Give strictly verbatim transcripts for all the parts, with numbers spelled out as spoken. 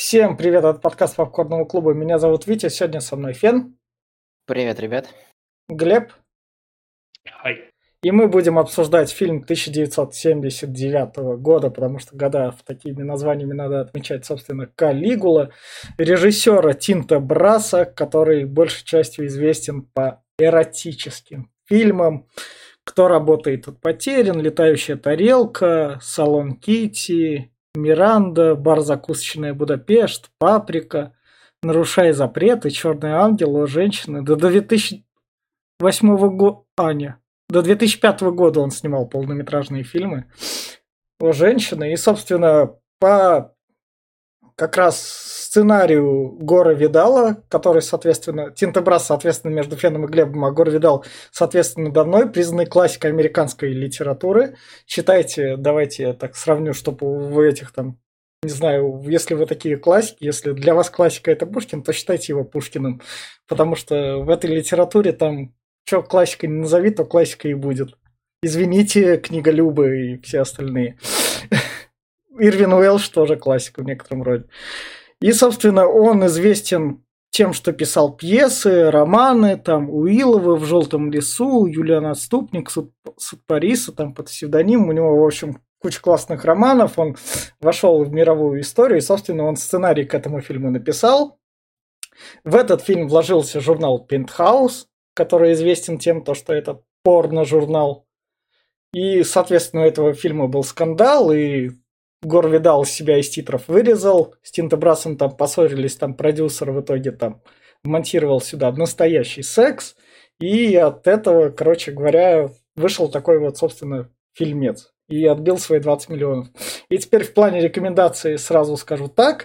Всем привет от подкаста Попкорного клуба. Меня зовут Витя, сегодня со мной Фен, Привет, ребят. Глеб, Хай. и мы будем обсуждать фильм тысяча девятьсот семьдесят девятого года, потому что года в такими названиями надо отмечать, собственно, «Калигула», режиссера Тинта Брасса, который большей частью известен по эротическим фильмам. «Кто работает, тот потерян», «Летающая тарелка», «Салон Китти», «Миранда», «Бар закусочная Будапешт», «Паприка», «Нарушая запреты», «Черный ангел», «О женщины». До две тысячи восьмого года... А, не. До две тысячи пятого года он снимал полнометражные фильмы «О женщины». И, собственно, по как раз сценарию Гора Видала, который, соответственно, Тинта Брасс, соответственно, между Феном и Глебом, а Гор Видал, соответственно, давно признанный классикой американской литературы. Считайте, давайте я так сравню, чтобы вы этих там, не знаю, если вы такие классики, если для вас классика это Пушкин, то считайте его Пушкиным, потому что в этой литературе там, что классика не назови, то классика и будет. Извините, книголюбы и все остальные. Ирвин Уэлш тоже классика в некотором роде. И, собственно, он известен тем, что писал пьесы, романы, там, Уилова «В желтом лесу», Юлиан Отступник, Суд, Суд Париса, там, под псевдонимом. У него, в общем, куча классных романов. Он вошел в мировую историю, и, собственно, он сценарий к этому фильму написал. В этот фильм вложился журнал «Пентхаус», который известен тем, что это порно-журнал. И, соответственно, у этого фильма был скандал, и Гор Видал себя из титров вырезал, с Тинто Брассом там поссорились, там продюсер в итоге там монтировал сюда настоящий секс, и от этого, короче говоря, вышел такой вот, собственно, фильмец, и отбил свои двадцать миллионов. И теперь в плане рекомендаций сразу скажу так.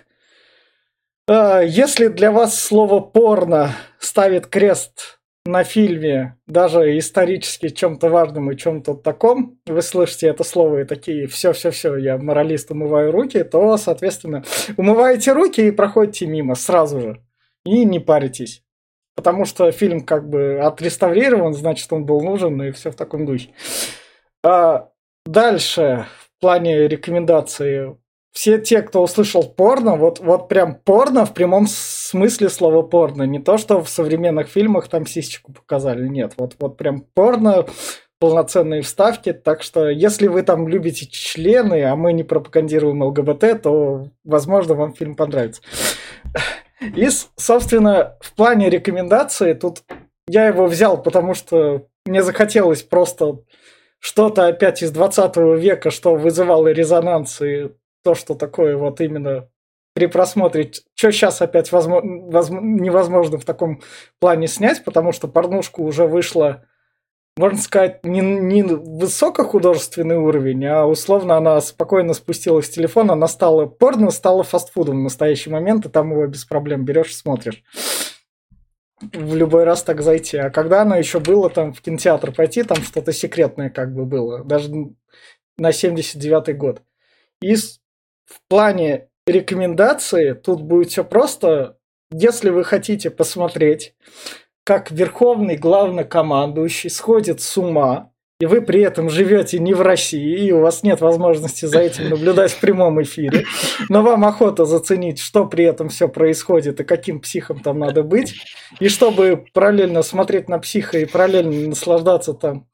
Если для вас слово «порно» ставит крест на фильме, даже исторически чем-то важном и чем-то таком, вы слышите это слово и такие «все-все-все, я моралист, умываю руки», то, соответственно, умываете руки и проходите мимо сразу же. И не паритесь. Потому что фильм как бы отреставрирован, значит, он был нужен, и все в таком духе. А дальше, в плане рекомендации, все те, кто услышал порно, вот, вот прям порно в прямом смысле слова порно. Не то, что в современных фильмах там сисечку показали. Нет, вот, вот прям порно, полноценные вставки. Так что, если вы там любите члены, а мы не пропагандируем ЛГБТ, то, возможно, вам фильм понравится. И, собственно, в плане рекомендации, тут я его взял, потому что мне захотелось просто что-то опять из двадцатого века, что вызывало резонанс, и то, что такое вот именно при просмотре, что сейчас опять возможно, возможно, невозможно в таком плане снять, потому что порнушка уже вышла, можно сказать, не, не высокохудожественный уровень, а условно она спокойно спустилась с телефона, она стала, порно стала фастфудом в настоящий момент, и там его без проблем берешь и смотришь. В любой раз так зайти. А когда оно еще было там в кинотеатр пойти, там что-то секретное как бы было, даже на семьдесят девятый год. И в плане рекомендации тут будет все просто. Если вы хотите посмотреть, как верховный главнокомандующий сходит с ума, и вы при этом живете не в России, и у вас нет возможности за этим наблюдать в прямом эфире, но вам охота заценить, что при этом все происходит и каким психом там надо быть, и чтобы параллельно смотреть на психа и параллельно наслаждаться там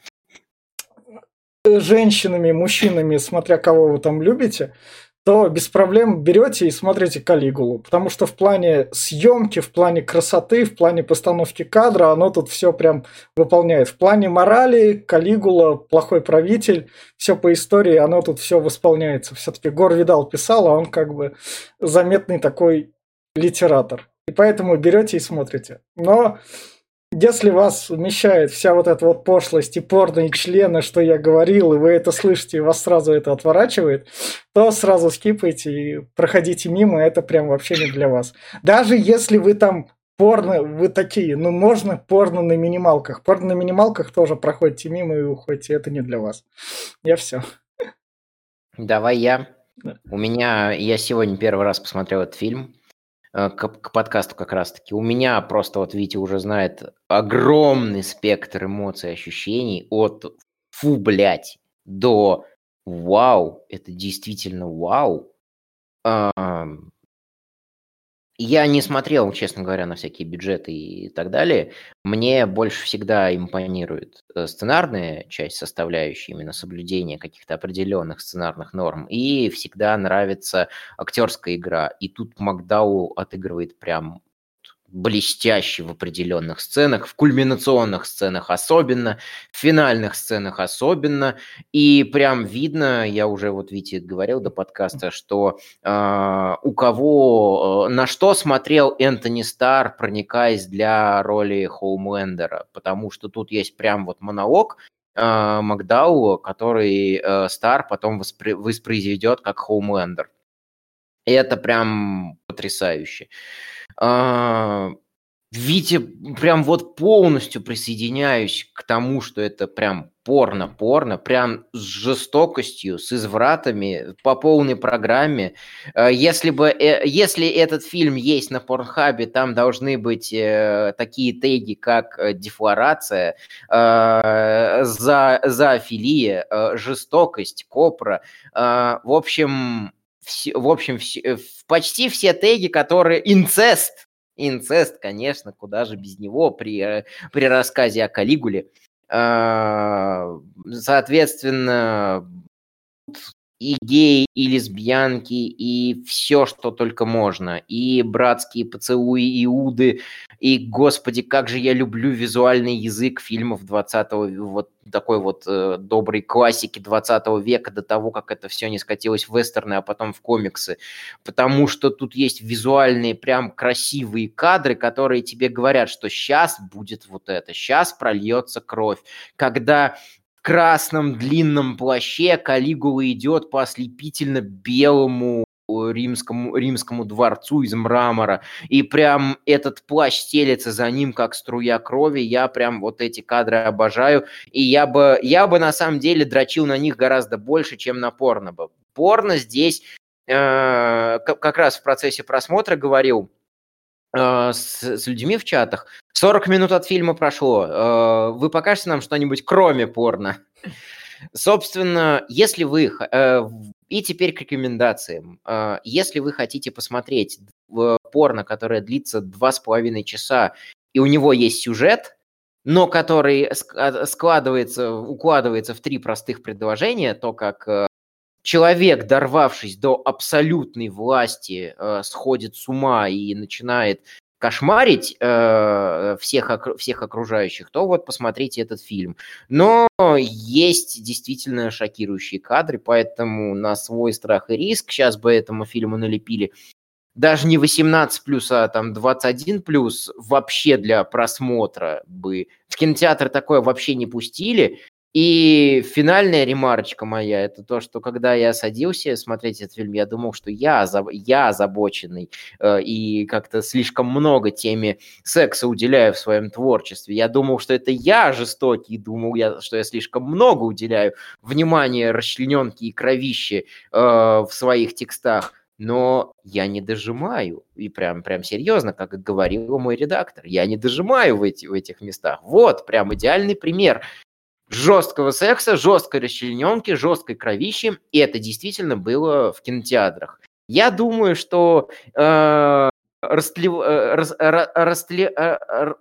женщинами, мужчинами, смотря кого вы там любите, то без проблем берете и смотрите «Калигулу». Потому что в плане съемки, в плане красоты, в плане постановки кадра оно тут все прям выполняет. В плане морали «Калигула», «Плохой правитель», все по истории, оно тут все восполняется. Все-таки Гор Видал писал, а он как бы заметный такой литератор. И поэтому берете и смотрите. Но если вас вмещает вся вот эта вот пошлость и порно, и члены, что я говорил, и вы это слышите, и вас сразу это отворачивает, то сразу скипайте и проходите мимо, это прям вообще не для вас. Даже если вы там порно, вы такие, ну можно порно на минималках. Порно на минималках тоже проходите мимо и уходите, это не для вас. Я все. Давай я. У меня, я сегодня первый раз посмотрел этот фильм. К, к подкасту как раз-таки. У меня просто, вот Витя уже знает, огромный спектр эмоций и ощущений от «фу, блядь» до «вау», это действительно «вау». А, Я не смотрел, честно говоря, на всякие бюджеты и так далее. Мне больше всегда импонирует э, сценарная часть, составляющая именно соблюдение каких-то определенных сценарных норм. И всегда нравится актерская игра. И тут Макдау отыгрывает прям блестяще в определенных сценах, в кульминационных сценах особенно, в финальных сценах особенно. И прям видно, я уже вот Вите говорил до подкаста, что э, у кого, э, на что смотрел Энтони Старр, проникаясь для роли Хоумлендера, потому что тут есть прям вот монолог э, Макдауэлла, который э, Старр потом воспри- воспроизведет как Хоумлендер. И это прям потрясающе. А, Витя, прям вот полностью присоединяюсь к тому, что это прям порно-порно, прям с жестокостью, с извратами, по полной программе. Э, Если бы, э, если этот фильм есть на Порнхабе, там должны быть э, такие теги, как э, дефлорация, э, за, зоофилия, э, жестокость, копра. Э, В общем, все, в общем, все, почти все теги, которые... Инцест! Инцест, конечно, куда же без него при, э, при рассказе о Калигуле. А, Соответственно, и геи, и лесбиянки, и все, что только можно. И братские поцелуи Иуды, и, господи, как же я люблю визуальный язык фильмов двадцатого, вот такой вот э, доброй классики двадцатого века, до того, как это все не скатилось в вестерны, а потом в комиксы. Потому что тут есть визуальные, прям красивые кадры, которые тебе говорят, что сейчас будет вот это, сейчас прольется кровь. Когда в красном длинном плаще Калигула идет по ослепительно белому римскому, римскому дворцу из мрамора, и прям этот плащ стелется за ним, как струя крови. Я прям вот эти кадры обожаю, и я бы, я бы на самом деле дрочил на них гораздо больше, чем на порно бы. Порно здесь э, как раз в процессе просмотра говорил э, с, с людьми в чатах, сорок минут от фильма прошло, э, вы покажете нам что-нибудь кроме порно? Собственно, если вы... э, И теперь к рекомендациям. Э, Если вы хотите посмотреть в порно, которое длится два с половиной часа, и у него есть сюжет, но который ск- а, складывается, укладывается в три простых предложения, то как э, человек, дорвавшись до абсолютной власти, э, сходит с ума и начинает кошмарить э, всех, окру- всех окружающих, то вот посмотрите этот фильм. Но есть действительно шокирующие кадры, поэтому на свой страх и риск сейчас бы этому фильму налепили даже не восемнадцать плюс, а там двадцать один плюс вообще для просмотра бы. В кинотеатр такое вообще не пустили. И финальная ремарочка моя, это то, что когда я садился смотреть этот фильм, я думал, что я, я озабоченный э, и как-то слишком много теме секса уделяю в своем творчестве. Я думал, что это я жестокий, думал, я, что я слишком много уделяю внимания расчлененке и кровище э, в своих текстах. Но я не дожимаю, и прям, прям серьезно, как говорил мой редактор, я не дожимаю в, эти, в этих местах. Вот, прям идеальный пример жесткого секса, жесткой расчлененки, жесткой кровищи, и это действительно было в кинотеатрах. Я думаю, что э, растлев, э, рас, ра, растле, э, р-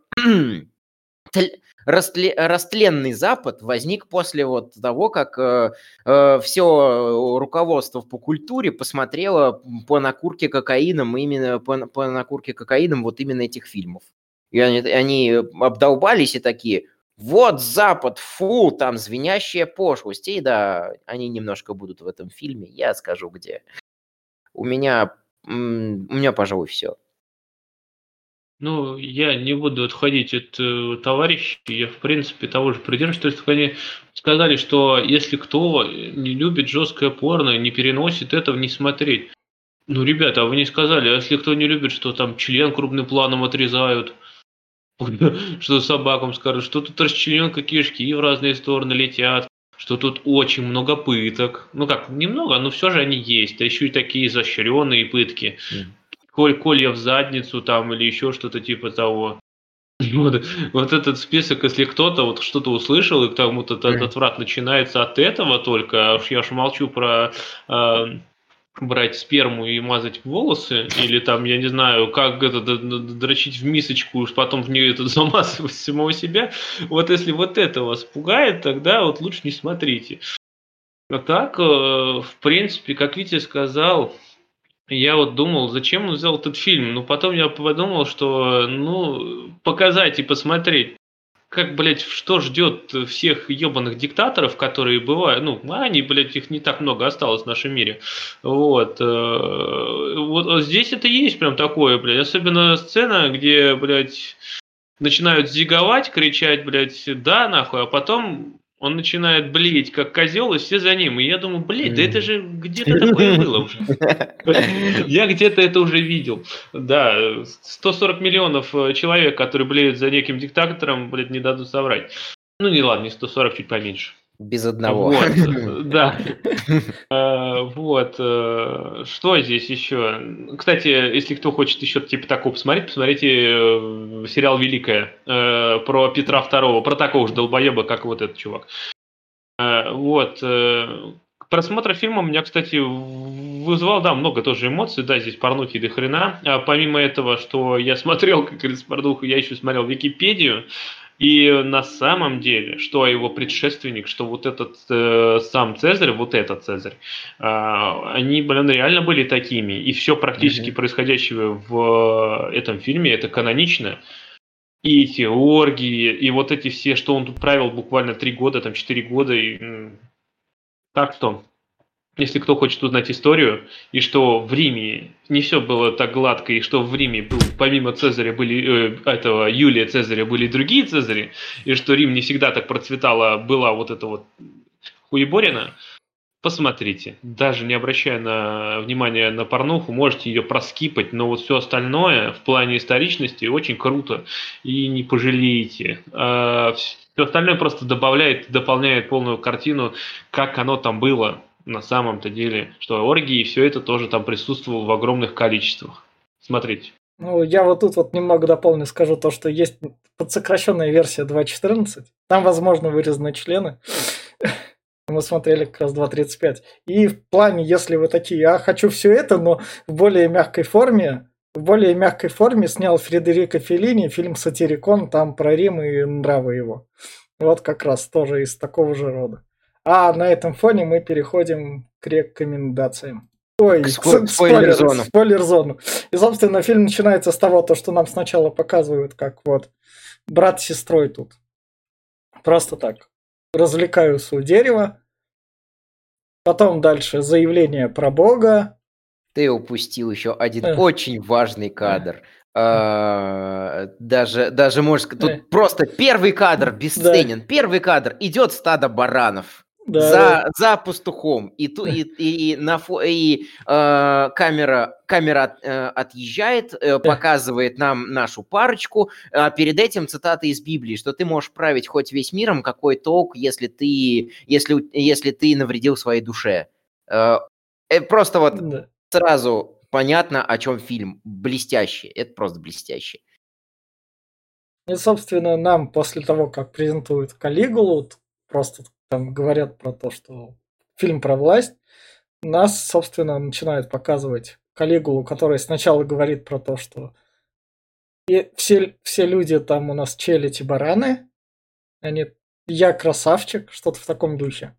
растле, растленный Запад возник после вот того, как э, э, все руководство по культуре посмотрело по накурке кокаином, именно по, по накурке кокаином вот именно этих фильмов. И они, они обдолбались и такие: вот Запад, фу, там звенящая пошлость. И да, они немножко будут в этом фильме, я скажу где. У меня, м, у меня, пожалуй, все. Ну, я не буду отходить от э, товарищей. Я, в принципе, того же придерживаюсь. То есть, они сказали, что если кто не любит жесткое порно, не переносит этого, не смотреть. Ну, ребята, а вы не сказали, а если кто не любит, что там член крупным планом отрезают, что собакам скажут, что тут расчлененка кишки в разные стороны летят, что тут очень много пыток. Ну как, немного, но все же они есть. Да еще и такие изощренные пытки. Коль, колья в задницу там или еще что-то типа того. Вот, вот этот список, если кто-то вот что-то услышал, и кому-то этот отврат начинается от этого только, а уж я уж молчу про э, брать сперму и мазать в волосы, или там, я не знаю, как это дрочить в мисочку, уж потом в нее это замазывать самого себя. Вот если вот это вас пугает, тогда вот лучше не смотрите. А так, в принципе, как Витя сказал, я вот думал, зачем он взял этот фильм. Но потом я подумал, что, ну, показать и посмотреть, как, блядь, что ждет всех ебаных диктаторов, которые бывают, ну, они, блядь, их не так много осталось в нашем мире. Вот. Вот, вот здесь это есть прям такое, блядь. Особенно сцена, где, блядь, начинают зиговать, кричать, блядь, да, нахуй, а потом он начинает блеять, как козел, и все за ним. И я думаю, блядь, да это же где-то такое было уже. Я где-то это уже видел. Да, сто сорок миллионов человек, которые блеют за неким диктатором, блядь, не дадут соврать. Ну, не ладно, не сто сорок, чуть поменьше. Без одного. Вот, да. Вот. Что здесь еще? Кстати, если кто хочет еще типа такого посмотреть, посмотрите сериал «Великая» про Петра Второго, про такого же долбоеба, как вот этот чувак. Вот. Просмотр фильма у меня, кстати, вызывал, да, много тоже эмоций, да, здесь порнухи до хрена. А помимо этого, что я смотрел, как говорится, порнуху, я еще смотрел Википедию. И на самом деле, что его предшественник, что вот этот э, сам Цезарь, вот этот Цезарь, э, они, блин, реально были такими. И все практически mm-hmm. происходящее в этом фильме, это канонично. И эти оргии, и вот эти все, что он тут правил буквально три года, там четыре года. И... Так что, если кто хочет узнать историю, и что в Риме не все было так гладко, и что в Риме был, помимо Цезаря были, э, этого Юлия Цезаря были другие Цезари, и что Рим не всегда так процветала, была вот эта вот хуеборина, посмотрите. Даже не обращая на внимание на порнуху, можете ее проскипать, но вот все остальное в плане историчности очень круто, и не пожалеете. А все остальное просто добавляет, дополняет полную картину, как оно там было. На самом-то деле, что оргии и все это тоже там присутствовало в огромных количествах. Смотрите. Ну, я вот тут вот немного дополню, скажу то, что есть подсокращенная версия два четырнадцать. Там, возможно, вырезаны члены. Мы смотрели как раз два тридцать пять. И в плане, если вы такие, я хочу все это, но в более мягкой форме, в более мягкой форме снял Федерико Феллини фильм «Сатирикон», там про Рим и нравы его. Вот как раз тоже из такого же рода. А на этом фоне мы переходим к рекомендациям. Ой, к спо- спойлер-зону. Спойлер-зону. И, собственно, фильм начинается с того, то, что нам сначала показывают, как вот брат с сестрой тут просто так развлекаются у дерева. Потом дальше заявление про Бога. Ты упустил еще один э. очень важный кадр. Э. Даже, даже можно сказать, тут э. просто первый кадр бесценен. Да. Первый кадр идет стадо баранов. Да, за, да. за пастухом. И, ту, и, и, и, на фо, и э, камера, камера э, отъезжает, э, показывает нам нашу парочку. А перед этим цитата из Библии, что ты можешь править хоть весь миром, какой толк, если ты, если, если ты навредил своей душе. Э, просто вот да. сразу понятно, о чем фильм. Блестящий. Это просто блестящий. И, собственно, нам после того, как презентуют Калигулу, просто там говорят про то, что фильм про власть, нас, собственно, начинают показывать Калигулу, который сначала говорит про то, что и все, все люди там у нас челядь и бараны, они, я красавчик, что-то в таком духе.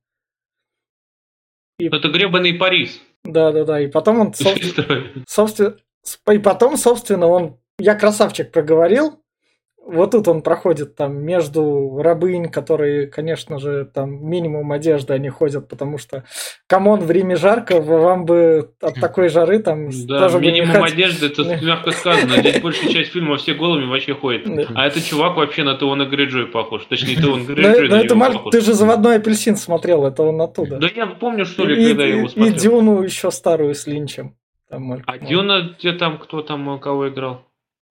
И... Это гребаный Парис. Да-да-да, и потом он, собственно, собственно, и потом, собственно, он, я красавчик проговорил. Вот тут он проходит там между рабынь, которые, конечно же, там минимум одежды они ходят, потому что, камон, в Риме жарко, вам бы от такой жары там... Да, тоже минимум бы одежды, это мягко сказано. Здесь большая часть фильма все голыми вообще ходят. А этот чувак вообще на Теона Грейджой похож. Точнее, Теон Грейджой на него похож. Ты же «Заводной апельсин» смотрел, это он оттуда. Да я помню, что ли, когда я его смотрел. И «Дюну» еще старую с Линчем. А «Дюна» где там, кто там, кого играл?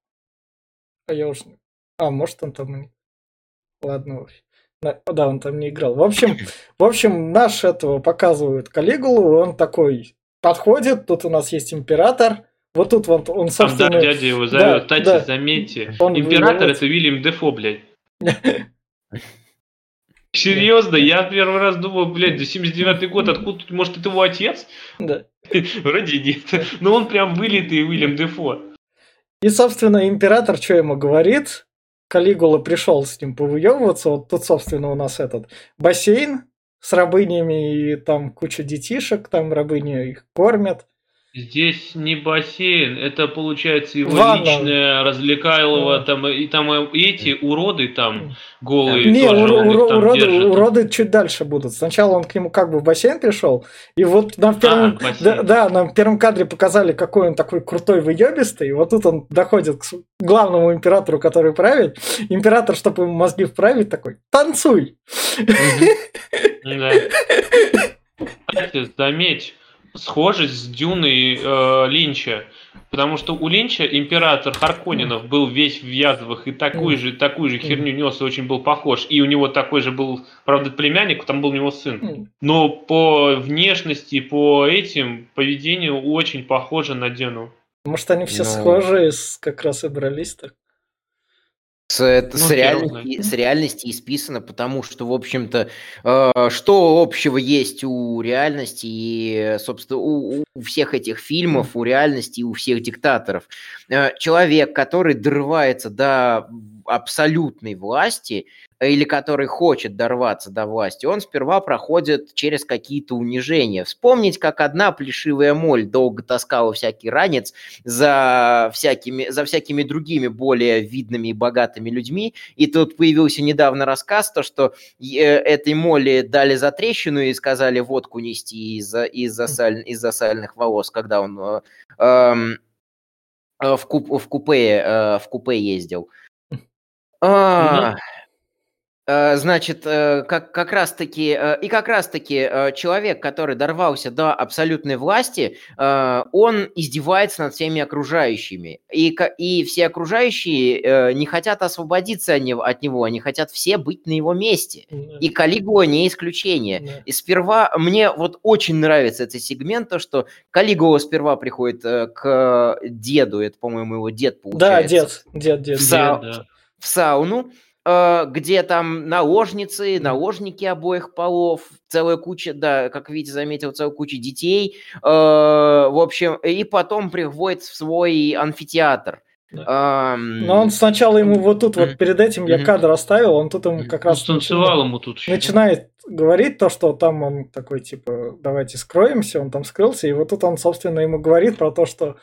А я уж... А, может, он там... Ладно, да, он там не играл. В общем, в общем, наш этого показывают Калигулу, он такой подходит, тут у нас есть император, вот тут вот он, собственно... Там, да, дядя его зовет, да, кстати, да. Заметьте, он император выявляет... это Уильям Дефо, блядь. Серьезно, я первый раз думал, блядь, да семьдесят девятый год, откуда тут, может, это его отец? Да. Вроде нет. Но он прям вылитый Уильям Дефо. И, собственно, император что ему говорит? Калигула пришел с ним повыебываться. Вот тут, собственно, у нас этот бассейн с рабынями и там куча детишек, там рабыни их кормят. Здесь не бассейн, это получается его Ванна. личное развлекалово, Да. там и там и эти уроды там голые Не, тоже уро- он их уро- там уроды, держит. уроды чуть дальше будут. Сначала он к нему как бы в бассейн пришел, и вот нам в А, первом, бассейн. да, да, нам в первом кадре показали, какой он такой крутой выебистый, и вот тут он доходит к с- главному императору, который правит. Император, чтобы ему мозги вправить, такой: танцуй! Да. Кстати, заметь, схожесть с Дюной э, Линча. Потому что у Линча император Харконненов был весь в язвах и такую же, такую же херню нес и очень был похож. И у него такой же был, правда, племянник, там был у него сын. Но по внешности, по этим поведению очень похоже на Дюну. Может, они все Ну. схожие, с- как раз и брались так. С, это- Ну, с, хер его реальности, знает. с реальности исписано, потому что, в общем-то, э, что общего есть у реальности и, собственно, у, у всех этих фильмов, у реальности и у всех диктаторов. Э, человек, который дорывается до абсолютной власти, э, или который хочет дорваться до власти, он сперва проходит через какие-то унижения. Вспомнить, как одна плешивая моль долго таскала всякий ранец за всякими, за всякими другими более видными и богатыми людьми. И тут появился недавно рассказ, то, что э, этой моли дали затрещину и сказали водку нести из-за, из-за, саль- из-за сальных волос, когда он э, эм, э, в, куп- в купе, э, в купе ездил. А, э, Значит, э, как, как раз-таки, э, и как раз-таки э, человек, который дорвался до абсолютной власти, э, он издевается над всеми окружающими. И, ка- и все окружающие э, не хотят освободиться от него, от него, они хотят все быть на его месте. И Калигула не исключение. Да. И сперва мне вот очень нравится этот сегмент, то, что Калигула сперва приходит э, к деду, это, по-моему, его дед Да, получается, дед, дед, дед. в, са- Дед, да. в сауну, э, где там наложницы, наложники обоих полов, целая куча, да, как Витя заметил, целая куча детей, э, в общем, и потом приводит в свой амфитеатр. Эм, Но он сначала ему вот тут, вот Мгм. перед этим я Мгм. кадр оставил, он тут ему как Ну, раз станцевал ему тут еще. начинает говорить то, что там он такой, типа, давайте скроемся, он там скрылся, и вот тут он, собственно, ему говорит про то, что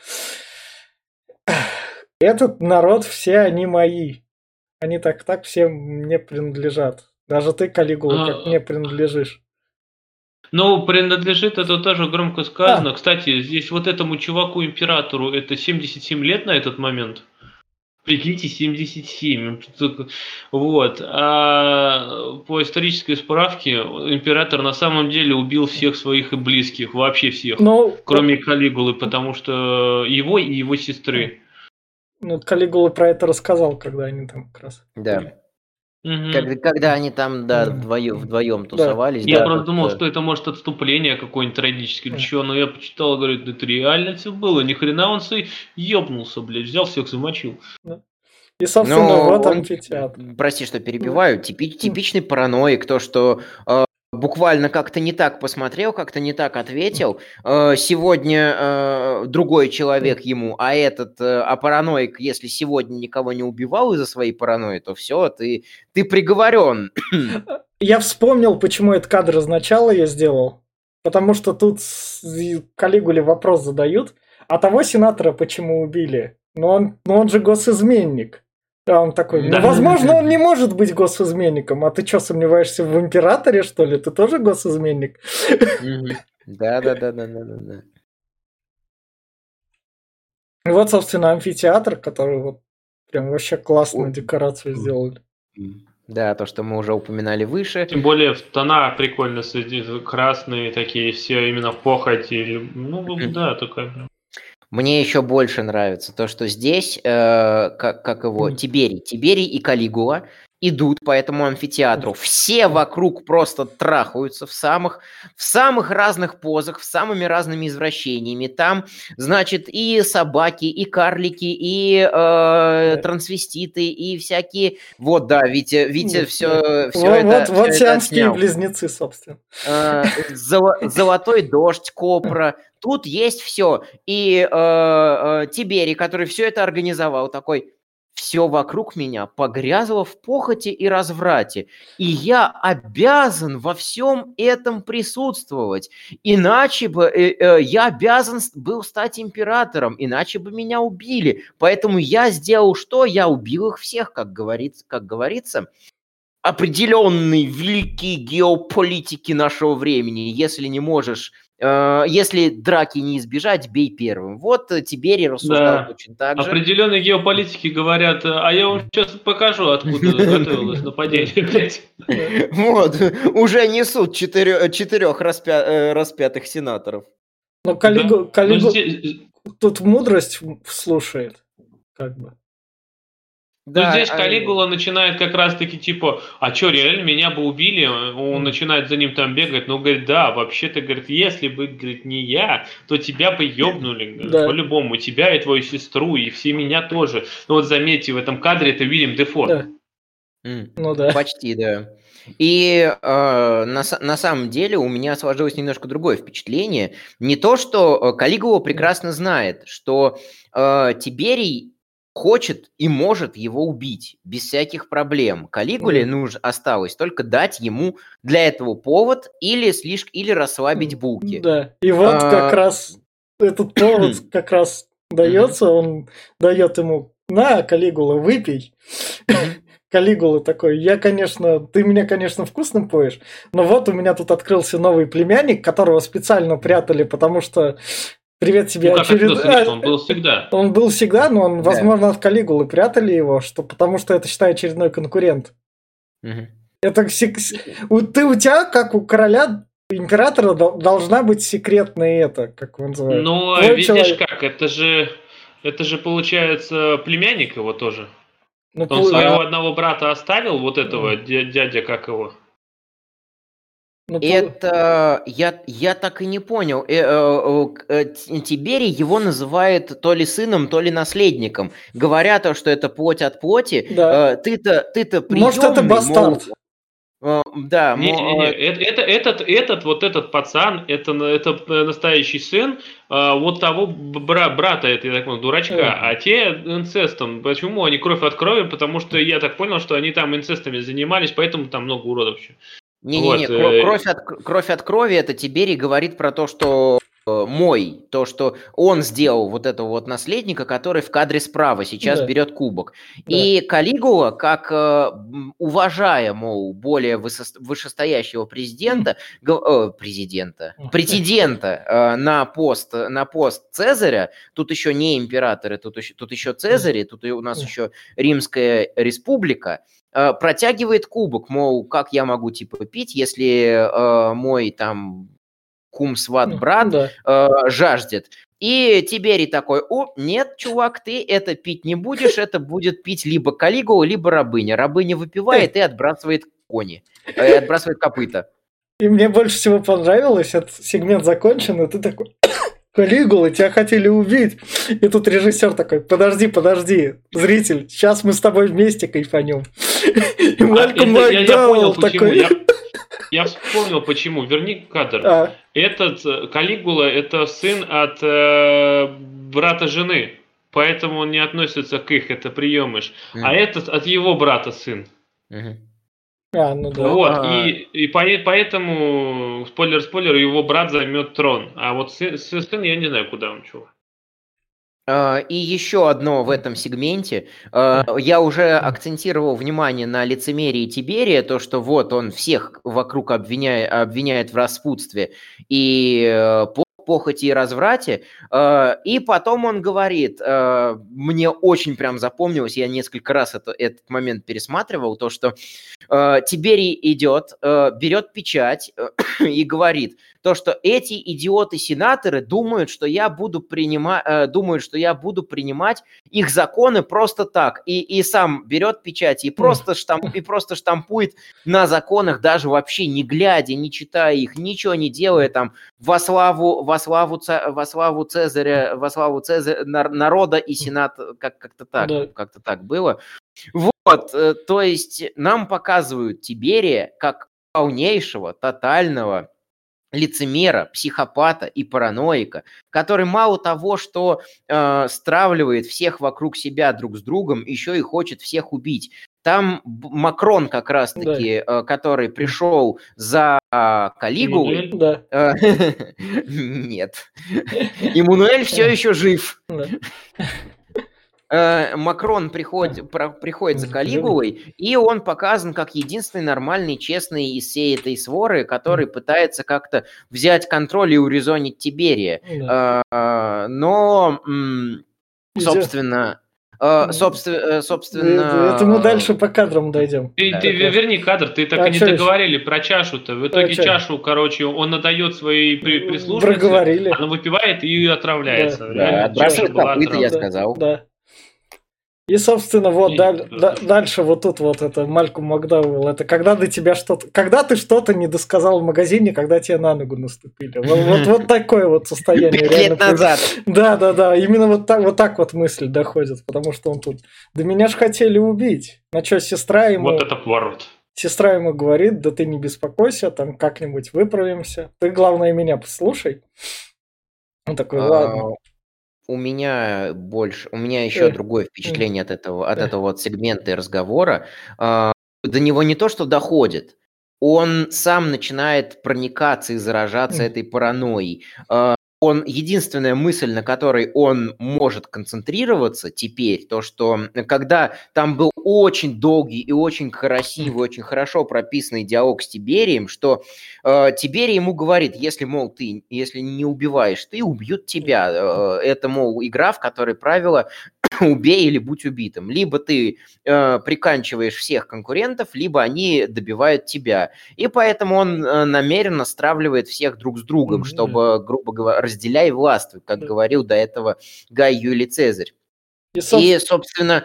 этот народ, все они мои. Они так так все мне принадлежат. Даже ты, Калигула, как А. мне принадлежишь. Ну, принадлежит это тоже громко сказано. Кстати, здесь вот этому чуваку-императору это семьдесят семь лет на этот момент. Прикиньте, семьдесят семь. Вот. А по исторической справке император на самом деле убил всех своих и близких, вообще всех, Ну, кроме Калигулы, потому что его и его сестры. ну, Калигула про это рассказал, когда они там как раз. Да. Мгм. Когда, когда они там, да, Мгм. вдвоем, вдвоем Да. тусовались. Я да, просто тут, думал, э, что это может отступление какое-нибудь трагическое или Да. чего, но я почитал, говорит, это реально все было, ни хрена он сей ёбнулся, блядь, взял всех замочил. И, собственно, Ну, вот он, амфитеатр. прости, что перебиваю, типи- типичный параноик, то, что э, буквально как-то не так посмотрел, как-то не так ответил. Э, сегодня э, другой человек ему, а этот, э, а параноик, если сегодня никого не убивал из-за своей паранойи, то все, ты, ты приговорен. Я вспомнил, почему этот кадр изначально я сделал. Потому что тут с- и Калигуле вопрос задают, а того сенатора почему убили? Ну он, ну он же госизменник. А он такой, ну Да. возможно, он не может быть госизменником. А ты что, сомневаешься в императоре, что ли? Ты тоже госизменник? Да, да, да, да, да, да, да. И вот, собственно, амфитеатр, который вот прям вообще классную Ой. декорацию сделали. Да, то, что мы уже упоминали выше. Тем более в тона прикольно сидит, красные такие все, именно похоть. Или, ну, да, такая. Мне еще больше нравится то, что здесь, э, как, как его, Мгм. Тиберий, Тиберий и Калигула, идут по этому амфитеатру, все вокруг просто трахаются в самых, в самых разных позах, в самыми разными извращениями. Там, значит, и собаки, и карлики, и э, трансвеститы, и всякие... Вот, да, Витя, Витя все, все вот, это Вот, вот все сиамские это близнецы, собственно. Э, Золотой дождь, Копра. Тут есть все. И э, э, Тиберий, который все это организовал, такой... Все вокруг меня погрязло в похоти и разврате, и я обязан во всем этом присутствовать, иначе бы э, э, я обязан был стать императором, иначе бы меня убили, поэтому я сделал что? Я убил их всех, как говорится, как говорится. Определенные великие геополитики нашего времени, если не можешь... Если драки не избежать, бей первым. Вот Тиберий рассуждал Да. точно так же. Определенные геополитики говорят, а я вам сейчас покажу, откуда готовилось нападение. Вот, уже несут четырех распятых сенаторов. Но Калигу тут мудрость слушает, как бы. Ну, да, здесь Калигула а... начинает как раз-таки типа, а что, реально меня бы убили? Он mm. начинает за ним там бегать, но говорит, да, вообще-то, говорит, если бы, говорит, не я, то тебя бы ёбнули, да. По-любому, тебя и твою сестру, и все меня тоже. Ну вот заметьте, в этом кадре это Уильям Дефо. Да. Mm. Ну да. Почти, да. И э, на, на самом деле у меня сложилось немножко другое впечатление. Не то, что Калигула прекрасно знает, что э, Тиберий хочет и может его убить без всяких проблем. Калигуле mm. нужно осталось только дать ему для этого повод или слишком или расслабить булки. Да. И вот а... как раз этот повод как раз дается, он дает ему: на, Калигула, выпей. Калигула такой: я, конечно, ты меня, конечно, вкусным поешь, но вот у меня тут открылся новый племянник, которого специально прятали, потому что привет тебе, ну, очеред... а, он был всегда. Он был всегда, но он, да. возможно, от Калигулы прятали его, что, потому что это, считай, очередной конкурент. Угу. Это ты, у тебя, как у короля, императора, должна быть секретная это, как он называет. Ну, Твой видишь человек... как, это же, это же, получается, племянник его тоже. Ну, он пол... своего одного брата оставил, вот этого mm. дядя, как его? Ну, это я, я так и не понял. Э, э, э, Тиберий его называет то ли сыном, то ли наследником. Говорят, что это плоть от плоти. Да. Э, ты-то, ты-то приемный. Может, это бастард. Мол, э, да. Не, мол, не, не. Это, это, этот, этот, вот этот пацан, это, это настоящий сын э, вот того бра, брата, это, я так понял, дурачка. Mm. А те инцестом. Почему они кровь от крови? Потому что я так понял, что они там инцестами занимались, поэтому там много уродов еще. Не-не-не, вот, кровь, от, кровь от крови, это Тиберий говорит про то, что э, мой, то, что он сделал вот этого вот наследника, который в кадре справа сейчас да. берет кубок. Да. И Калигула, как э, уважая, мол, более высо- вышестоящего президента, э, президента, претендента э, на пост, на пост Цезаря, тут еще не императоры, тут еще, тут еще Цезари, тут у нас еще Римская республика, протягивает кубок, мол, как я могу, типа, пить, если э, мой, там, кум, сват, брат да. э, жаждет. И Тиберий такой: о, нет, чувак, ты это пить не будешь, это будет пить либо Калигула, либо рабыня. Рабыня выпивает и отбрасывает кони, и отбрасывает копыта. И мне больше всего понравилось, этот сегмент закончен, и ты такой: Калигула, тебя хотели убить. И тут режиссер такой: подожди, подожди, зритель, сейчас мы с тобой вместе кайфанем. И Малькольм Макдауэлл такой... Я, я вспомнил, почему. Верни кадр. А. Этот Калигула – это сын от э, брата жены, поэтому он не относится к их, это приемыш. Mm. А этот от его брата сын. Mm-hmm. А, ну да. Вот, А-а-а. и, и по, поэтому, спойлер-спойлер, его брат займет трон. А вот сын, сын, я не знаю, куда он, чего. И еще одно в этом сегменте. Я уже акцентировал внимание на лицемерии Тиберия, то, что вот он всех вокруг обвиняет, обвиняет в распутстве. И похоти и разврате, э, и потом он говорит, э, мне очень прям запомнилось, я несколько раз это, этот момент пересматривал, то, что э, Тиберий идет, э, берет печать э, и говорит, то, что эти идиоты-сенаторы думают, что я буду принимать, э, думают, что я буду принимать их законы просто так, и, и сам берет печать и просто, штамп, и просто штампует на законах, даже вообще не глядя, не читая их, ничего не делая, там, во славу, во славу, во славу Цезаря, во славу Цезаря, народа и сената, как, как-то так, да. как-то так было. Вот, э, то есть нам показывают Тиберия как полнейшего, тотального лицемера, психопата и параноика, который мало того, что э, стравливает всех вокруг себя друг с другом, еще и хочет всех убить. Там Макрон как раз-таки, да. э, который пришел за э, Калигулой. Да. Э, нет. Иммануэль все еще жив. Макрон приходит, про, приходит за Калигулой, и он показан как единственный нормальный, честный из всей этой своры, который пытается как-то взять контроль и урезонить Тиберия. Да. А, но, собственно... Собственно, собственно... Это мы дальше по кадрам дойдем. Ты, ты верни кадр, ты так а и не договорили еще? Про чашу-то. В итоге а чашу, короче, он отдает своей прислужнице, проговорили. Она выпивает и отравляется. Да, да, отбрасывает копыта, я сказал. Да. И, собственно, вот даль, да, дальше вот тут вот это Малькольм Макдауэлл. Это когда до тебя что-то, когда ты что-то не досказал в магазине, когда тебе на ногу наступили. Вот, вот, вот такое вот состояние. Пять лет назад. Да, да, да. Именно вот так, вот так вот мысль доходит, потому что он тут. Да меня ж хотели убить. На что сестра ему. Вот это поворот. Сестра ему говорит: да ты не беспокойся, там как-нибудь выправимся. Ты, главное, меня послушай. Он такой: ладно. У меня больше, у меня еще э, другое впечатление э, от этого, от э. этого вот сегмента и разговора. До него не то, что доходит, он сам начинает проникаться и заражаться э. этой паранойей. Он, единственная мысль, на которой он может концентрироваться теперь, то, что когда там был очень долгий и очень красивый, очень хорошо прописанный диалог с Тиберием, что э, Тиберий ему говорит, если, мол, ты, если не убиваешь, ты, убьют тебя. Э, это, мол, игра, в которой правило убей или будь убитым. Либо ты э, приканчиваешь всех конкурентов, либо они добивают тебя. И поэтому он э, намеренно стравливает всех друг с другом, mm-hmm. чтобы, грубо говоря, разделяй и властвуй, как mm-hmm. говорил до этого Гай Юлий Цезарь. И, собственно, и, собственно,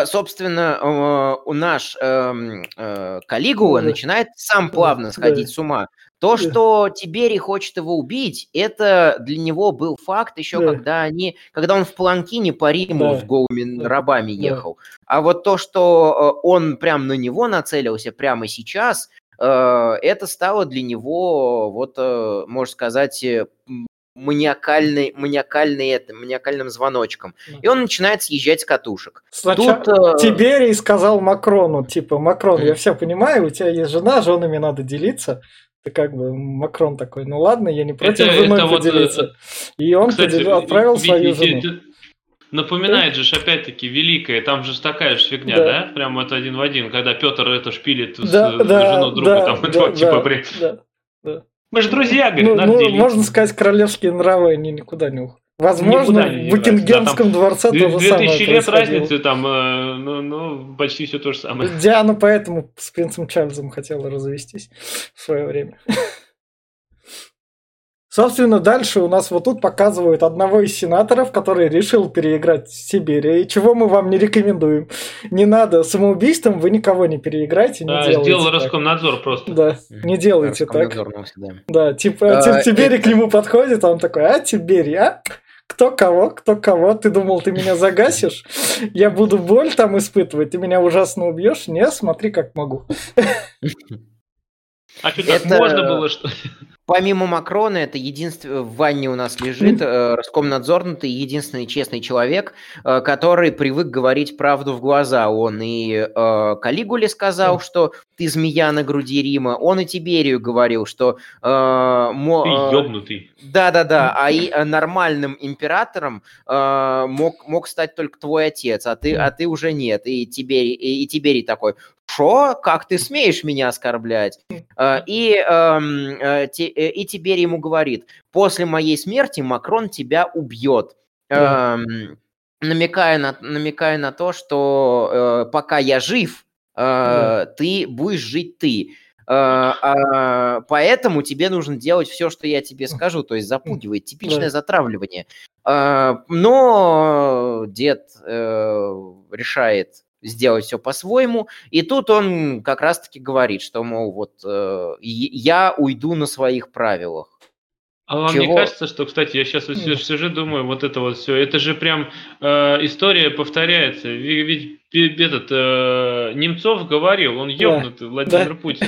собственно наш Калигула mm-hmm. начинает сам плавно mm-hmm. сходить mm-hmm. с ума. То, что Тиберий хочет его убить, это для него был факт еще, да. когда, они, когда он в паланкине по Риму да. с голыми да. рабами ехал. Да. А вот то, что он прям на него нацелился прямо сейчас, это стало для него, вот, можно сказать, маниакальный, маниакальный это, маниакальным звоночком. Да. И он начинает съезжать с катушек. Сначала Тут, Тиберий сказал Макрону, типа: Макрон, я все понимаю, у тебя есть жена, женами надо делиться. И как бы Макрон такой: ну ладно, я не против это, женой это поделиться. Вот, и он кстати, поделил, отправил ви- свою ви- жену. Напоминает да? же, опять-таки, Великое, там же такая же фигня, да? да? Прямо это один в один, когда Петр это шпилит да, с да, жену друга, да, там, да, это, да, типа, при... да, да. Мы же друзья, говорит, ну, надо ну, делиться. Можно сказать, королевские нравы, они никуда не уходят. Возможно, в Букингемском да, дворце то же самое. две тысячи лет разницы, там, э, ну, ну, почти все то же самое. Диана поэтому с принцем Чарльзом хотела развестись в свое время. Собственно, дальше у нас вот тут показывают одного из сенаторов, который решил переиграть Тиберия, и чего мы вам не рекомендуем. Не надо, самоубийством вы никого не переиграйте, не а, делайте сделал так. Роскомнадзор просто. Да, не делайте так. Да. да, типа а, Тиберий это... к нему подходит, а он такой: а, Тиберий, а? Кто кого, кто кого? Ты думал, ты меня загасишь? Я буду боль там испытывать, ты меня ужасно убьешь? Не, смотри, как могу. А что, так это... можно было, что ли? Помимо Макрона, это единственный в ванне у нас лежит э, Роскомнадзорный, единственный честный человек, э, который привык говорить правду в глаза. Он и э, Калигуле сказал, что ты змея на груди Рима. Он и Тиберию говорил, что... Э, мо, ты ёбнутый. Да-да-да, а и нормальным императором э, мог, мог стать только твой отец, а ты, а ты уже нет. И Тиберий, и, и Тиберий такой: «Шо? Как ты смеешь меня оскорблять?» И, и Тиберий ему говорит: «После моей смерти Макрон тебя убьет». Да. Намекая на, намекая на то, что пока я жив, да. ты будешь жить ты. Поэтому тебе нужно делать все, что я тебе скажу, то есть запугивает, типичное да. затравливание. Но дед решает сделать все по-своему, и тут он как раз-таки говорит, что, мол, вот я уйду на своих правилах. А вам Чего? Не кажется, что, кстати, я сейчас вот сижу, думаю, вот это вот все, это же прям э, история повторяется. Ведь, ведь этот э, Немцов говорил, он ёбнутый, да, Владимир да. Путин.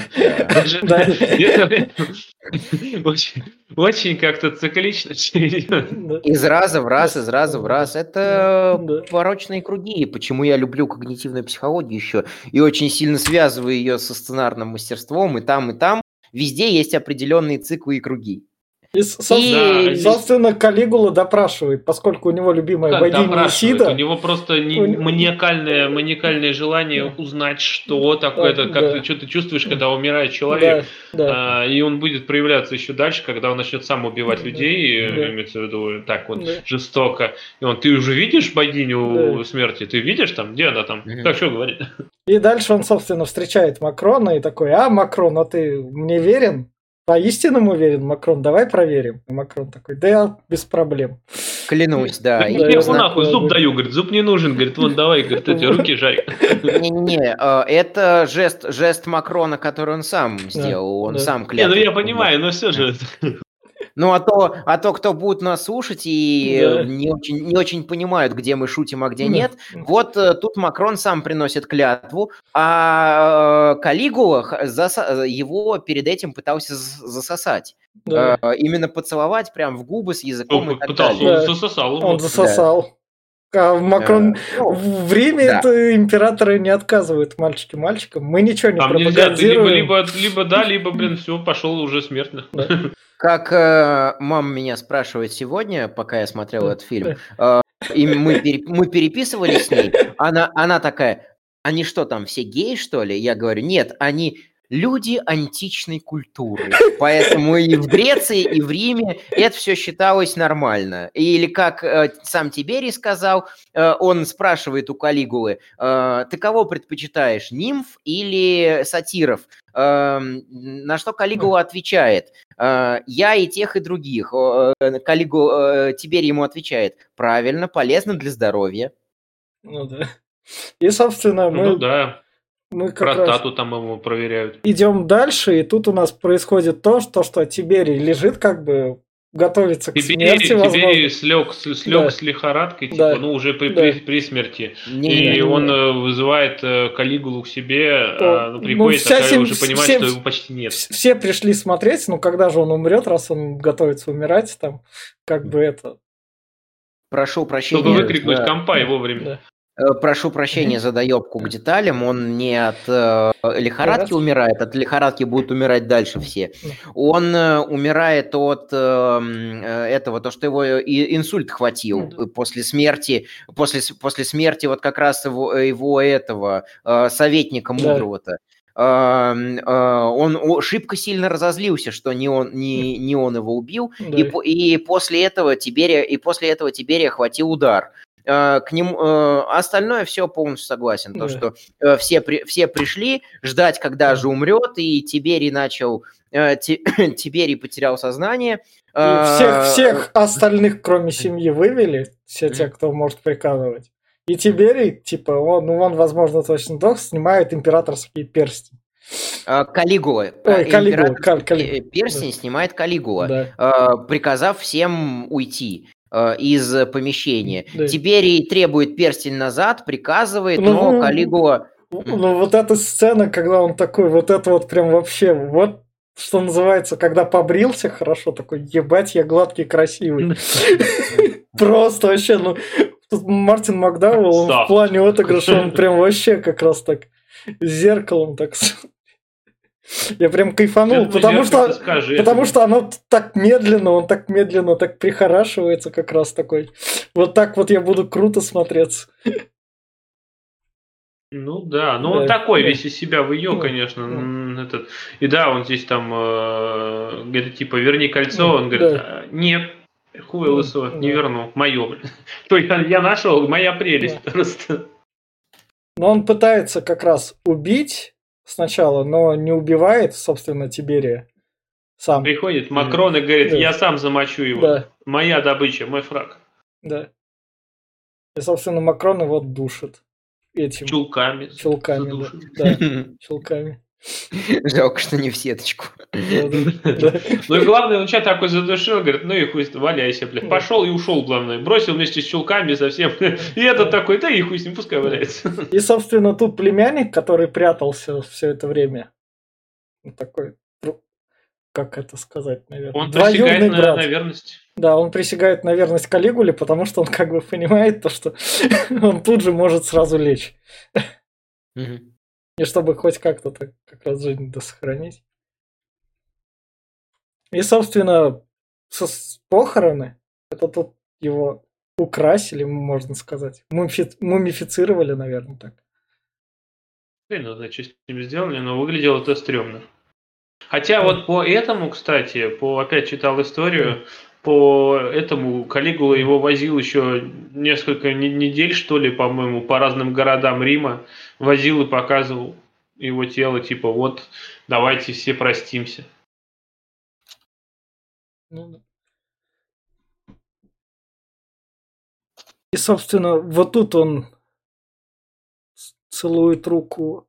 Очень как-то циклично. Из раза в раз, из раза в раз. Это порочные круги. Почему я люблю когнитивную психологию еще и очень сильно связываю ее со сценарным мастерством, и там, и там. Везде есть определенные циклы и круги. И, собственно, и... собственно, Калигула допрашивает, поскольку у него любимая богиня Исида. У него просто не... у... маниакальное, маниакальное желание узнать, что такое, да, как да. ты, что ты чувствуешь, когда умирает человек. Да, да. А, и он будет проявляться еще дальше, когда он начнет сам убивать да, людей, да. имеется в виду так вот да. жестоко. И он, ты уже видишь богиню да. смерти? Ты видишь там? Где она там? Mm-hmm. Так что говорит? И дальше он, собственно, встречает Макрона и такой: а, Макрон, а ты мне верен? По-истинному уверен, Макрон, давай проверим. И Макрон такой: да я без проблем. Клянусь, да. Да, я ему нахуй зуб даю, говорит, зуб не нужен, говорит, вот давай, говорит, эти руки жарь. Не-не-не, это жест, жест Макрона, который он сам сделал, он сам клятву. Не, ну я понимаю, но все же... Ну, а то, а то, кто будет нас слушать и да. не, очень, не очень понимают, где мы шутим, а где да. нет, вот тут Макрон сам приносит клятву, а Калигула его перед этим пытался засосать. Да. Именно поцеловать прям в губы с языком. Он и так пытался, далее. Он засосал его. Он засосал. А Макрон а, ну, в Риме да. это императоры не отказывают мальчики мальчикам. Мы ничего не Там пропагандируем. Нельзя, либо, либо, либо да, либо, блин, все, пошел уже смертно. Да. Как э, мама меня спрашивает сегодня, пока я смотрел да. этот фильм, э, и мы, пере, мы переписывались с ней, она, она такая: они что там, все геи, что ли? Я говорю: нет, они... люди античной культуры. Поэтому и в Греции, и в Риме это все считалось нормально. Или как э, сам Тиберий сказал, э, он спрашивает у Калигулы: э, ты кого предпочитаешь, нимф или сатиров? Э, на что Калигула отвечает: э, я и тех, и других. Э, Калигула, э, Тиберий ему отвечает: правильно, полезно для здоровья. Ну да. И, собственно, мы... Ну да. Мы как Простату там его проверяют. Идем дальше, и тут у нас происходит то, что, что Тиберий лежит, как бы готовится к Тиберий, смерти, возможно. Тиберий слег, слег да. с лихорадкой, типа, да. ну, уже при, да. при, при смерти. Не, и не, не, он не. вызывает Калигулу к себе, То, а, ну, приходит, ну, такая все, уже понимает, все, что его почти нет. Все пришли смотреть, ну, когда же он умрет, раз он готовится умирать, там, как бы это... Прошу прощения. Чтобы выкрикнуть да. компай вовремя. Да. Прошу прощения за доебку к деталям, он не от э, лихорадки умирает, от лихорадки будут умирать дальше все. Он э, умирает от э, этого, то, что его инсульт хватил после смерти, после, после смерти вот как раз его, его этого э, советника мудрого-то. Uh, uh, он шибко сильно разозлился, что не он, не, не он его убил, да. и, и после этого Тиберия, и после этого Тиберия хватил удар. Uh, к нему uh, остальное все полностью согласен, да. то что uh, все при, все пришли ждать, когда да. же умрет, и Тиберий начал, uh, Тиберий потерял сознание. Uh, и всех всех остальных, кроме семьи, вывели, все те, кто может приказывать. И Тиберий, типа, он, ну, он, возможно, точно дох, снимает императорские перстни. Калигула. Ой, Калигула. Каль, Калигула. Перстень да. снимает Калигула, да. приказав всем уйти из помещения. Да. Тиберий требует перстень назад, приказывает, ну, но Калигула... Ну, вот эта сцена, когда он такой, вот это вот прям вообще, вот что называется, когда побрился хорошо, такой, ебать, я гладкий, красивый. Просто вообще, ну... Тут Мартин Макдауэлл, он в плане отыгрыша, он прям вообще как раз так с зеркалом так... Я прям кайфанул, это потому что, скажи, потому что оно так медленно, он так медленно так прихорашивается как раз такой. Вот так вот я буду круто смотреться. Ну да, ну Да, он такой, да. весь из себя в ее, Ну, конечно. ну, м, Этот. И да, он здесь там э, говорит, типа, верни кольцо. ну, Он говорит, да, «А, нет, хуй ну, лысо, не да, верну, мое. То я, я нашел, моя прелесть да. просто. Но он пытается как раз убить сначала, но не убивает, собственно, Тиберия сам. Приходит Мгм. Макрон и говорит, Да, я сам замочу его. да, Моя добыча, мой фраг. да. И, собственно, Макрон его душит этим Чулками чулками, да, задушен. да, чулками. Жалко, что не в сеточку. Да, да, да. Ну и главное, он что такой задушил, говорит, ну и хуй, с- валяйся, блядь. Да. Пошел и ушел, главное. Бросил вместе с чулками совсем. И этот Да. такой, да и хуй с ним, пускай Да. валяется. И, собственно, тут племянник, который прятался все это время, он такой, ну, как это сказать, наверное, Он присягает двоюродный на, брат. на верность. Да, он присягает на верность Калигуле, потому что он как бы понимает то, что он тут же может сразу лечь. Мгм. И чтобы хоть как-то так как раз жизнь досохранить. И, собственно, со с- похороны, это тут его украсили, можно сказать. Мумифи- Мумифицировали, наверное, так. Блин, ну, значит, что с ним сделали, но выглядело это стрёмно. Хотя Да. вот по этому, кстати, по опять читал историю, по этому Калигула Да. его возил еще несколько не- недель, что ли, по-моему, по разным городам Рима. Возил и показывал его тело, типа, вот, давайте все простимся. Ну да. И, собственно, вот тут он с- целует руку.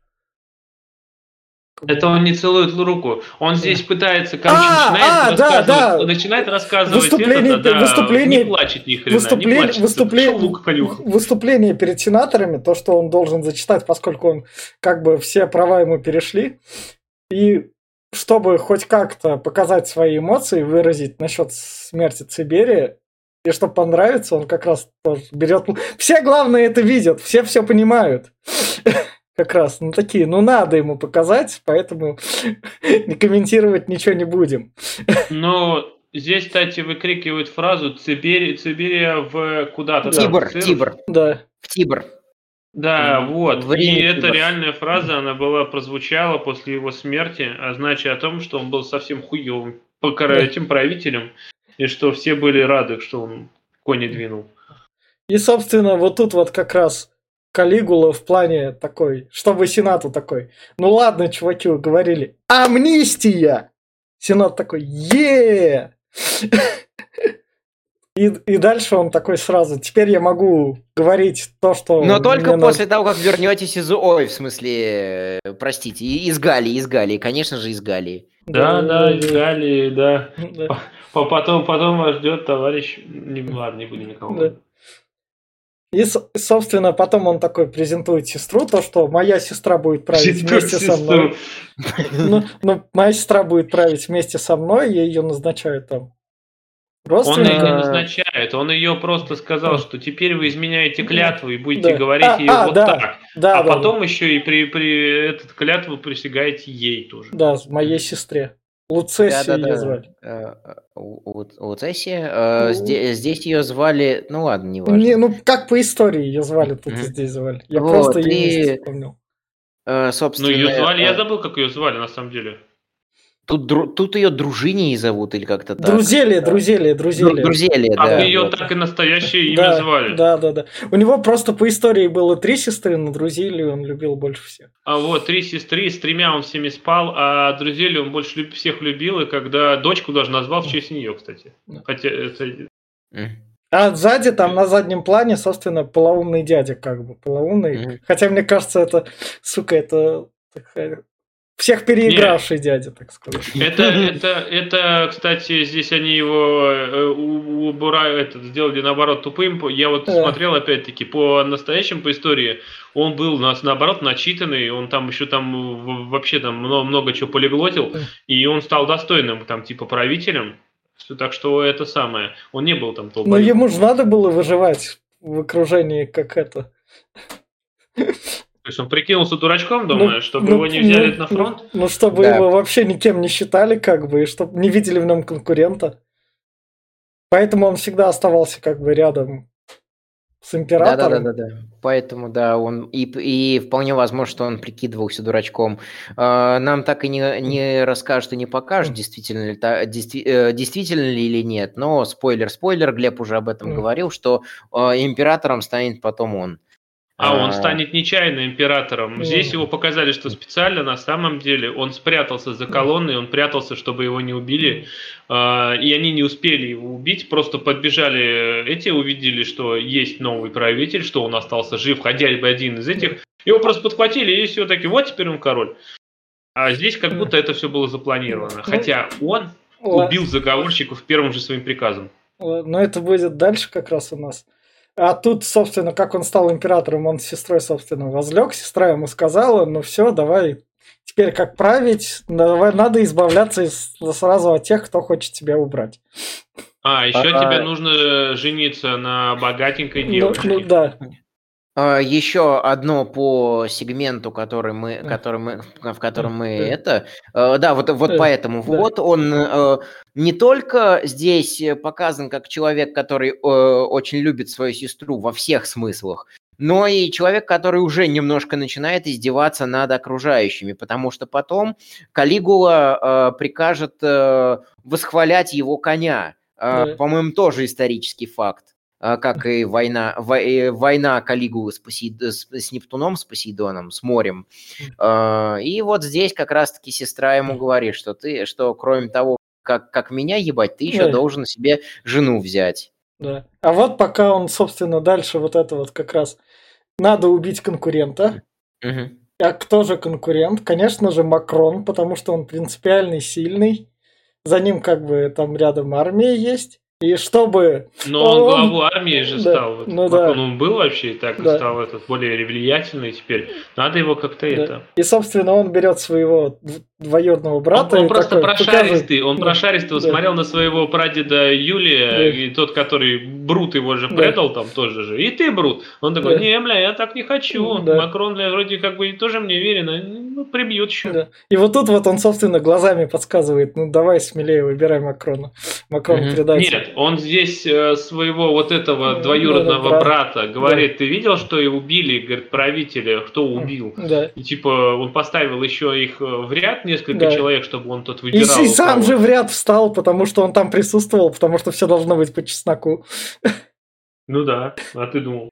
Это он не целует руку. Он здесь пытается, короче, А, начинает а, да, рассказывать, да. начинает рассказывать Выступление, это, да, выступление, не плачет ни хрена, не выступление, плачет. выступление, Шел лук понюхал. выступление перед сенаторами, то, что он должен зачитать, поскольку он как бы все права ему перешли. И чтобы хоть как-то показать свои эмоции, выразить насчет смерти Циберия, и чтобы понравиться, он как раз тоже берет... Все, главное, это видят, все все понимают. Как раз, ну такие, ну надо ему показать, поэтому не комментировать ничего не будем. Но здесь, кстати, выкрикивают фразу «Цибери, Циберия в куда-то там». Тибр, в Цирус». Тибр, Да, в Тибр. Да, М, вот. в И Риме эта Тибр. реальная фраза, она была, прозвучала после его смерти, а значит о том, что он был совсем хуевым покара- Да. этим правителем, и что все были рады, что он кони двинул. и, собственно, вот тут вот как раз Калигула в плане такой, чтобы Сенату такой, ну ладно, чуваки, вы говорили, амнистия! Сенат такой, е И, и дальше он такой сразу, теперь я могу говорить то, что... Но только мне после надо». того, как вернетесь из... Ой, в смысле, э, простите, и- из Галлии, из Галлии, конечно же, из Галлии. Да, да, из Галлии, да. Да, По- Потом, потом вас ждет товарищ... Не, ладно, не будем никого. да. И, с- собственно, потом он такой презентует сестру, то, что моя сестра будет править Сестру, вместе со мной. Ну, ну, моя сестра будет править вместе со мной, и ее назначают там Он ее не родственником. назначает, он ее просто сказал, А. что теперь вы изменяете клятву и будете Да. говорить А, ее а, вот да. так. Да, а да, потом еще и при, при этот клятву присягаете ей тоже. Да, моей сестре. Луцессия ее Да-да-да. звали. Э, э, У у- Луцессия. э, Ну, зде- Здесь ее звали... Ну ладно, не важно. Не, ну как по истории ее звали, тут и Мгм. здесь звали. Я Вот, просто ее не и- вспомнил. Э, Ну, Собственно, ее звали, я э, забыл, как ее звали на самом деле. тут, дру- тут ее Дружинией зовут или как-то так. Друзелия, друзелия, Дру- друзелия. Друзелия, А да. ее вот. так и настоящее имя Да, звали. да, да, да. У него просто по истории было три сестры, но Друзелию он любил больше всех. А вот три сестры, с тремя он всеми спал, а друзей он больше люб- всех любил, и когда дочку даже назвал в честь нее, кстати. Да. Хотя это... М. А сзади, там на заднем плане, собственно, полоумный дядя, как бы, полоумный. Мгм. Хотя, мне кажется, это, сука, это такая- всех переигравший дядя, так сказать. Это, это, это, кстати, здесь они его э, у- убирают, это, сделали наоборот тупым. Я вот Да. смотрел, опять-таки, по настоящему, по истории, он был, нас, наоборот, начитанный, он там еще там в- вообще там много, много чего полиглотил, Да. и он стал достойным, там, типа, правителем. Так что это самое. Он не был там Но толпой. ему же надо было выживать в окружении, как это. То есть он прикинулся дурачком, думаю, чтобы ну, его не взяли ну, на фронт? Ну, ну, чтобы Да. его вообще никем не считали, как бы, и чтобы не видели в нем конкурента. Поэтому он всегда оставался как бы рядом с императором. Да-да-да-да. Поэтому, да, он и, и вполне возможно, что он прикидывался дурачком. А, Нам так и не, не расскажут и не покажут, Мгм. действительно ли, та- действи- э, действительно ли или нет. Но спойлер-спойлер, Глеб уже об этом Мгм. говорил, что э, императором станет потом он. А он А, станет нечаянно императором. Здесь Мгм. его показали, что специально, на самом деле, он спрятался за колонной, он прятался, чтобы его не убили. А, И они не успели его убить, просто подбежали эти, увидели, что есть новый правитель, что он остался жив, хотя бы один из этих. Его просто подхватили, и все таки вот теперь он король. А здесь как будто это все было запланировано. Хотя он Ла- убил заговорщиков первым же своим приказом. ла- Но это будет дальше как раз у нас. А тут, собственно, как он стал императором, он с сестрой, собственно, возлег. Сестра ему сказала, ну все, давай, теперь как править, давай, надо избавляться из- сразу от тех, кто хочет тебя убрать. А, еще А, тебе нужно жениться на богатенькой Ну, девушке. ну да. а, Еще одно по сегменту, который мы, Да. который мы, в котором мы Да. это, э, да, вот, вот Э, поэтому, да. вот он э, не только здесь э, показан как человек, который э, очень любит свою сестру во всех смыслах, но и человек, который уже немножко начинает издеваться над окружающими, потому что потом Калигула э, прикажет э, восхвалять его коня. Э, Да. По-моему, тоже исторический факт. А, как и война, во- э, война Калигулы с, Посейд- с- с Нептуном, с Посейдоном, с морем. А, И вот здесь как раз-таки сестра ему говорит, что ты, что кроме того, как, как меня ебать, ты еще Да. должен себе жену взять. Да. А вот пока он, собственно, дальше вот это вот как раз надо убить конкурента. Мгм. А кто же конкурент? Конечно же, Макрон, потому что он принципиальный, сильный. За ним как бы там рядом армия есть. И чтобы... Но он он- главу армии же да, стал. Вот. ну да. Макрон он был вообще, и так Да. стал этот более влиятельный теперь. Надо его как-то Да. это... И, собственно, он берет своего дв- двоюродного Он, брата он и просто такой прошаристый, он показывает- прошаристый, Да. смотрел на своего прадеда Юлия, Да. и тот, который Брут его же Да. предал там тоже же. И ты, Брут. Он такой, Да. не, бля, я так не хочу. Да. Макрон, бля, вроде как бы тоже мне верен, а, ну, прибьют еще. Да. И вот тут вот он, собственно, глазами подсказывает, ну давай смелее, выбирай Макрона. Макрон Мгм. предатель. Нет, он здесь э, своего вот этого Да, двоюродного да, брата говорит, ты видел, что и убили, говорит, правителя, кто убил? Да. И типа он поставил еще их э, в ряд, несколько Да. человек, чтобы он тут И, выбирал. и у сам кого. же в ряд встал, потому что он там присутствовал, потому что все должно быть по чесноку. Ну да, а ты думал.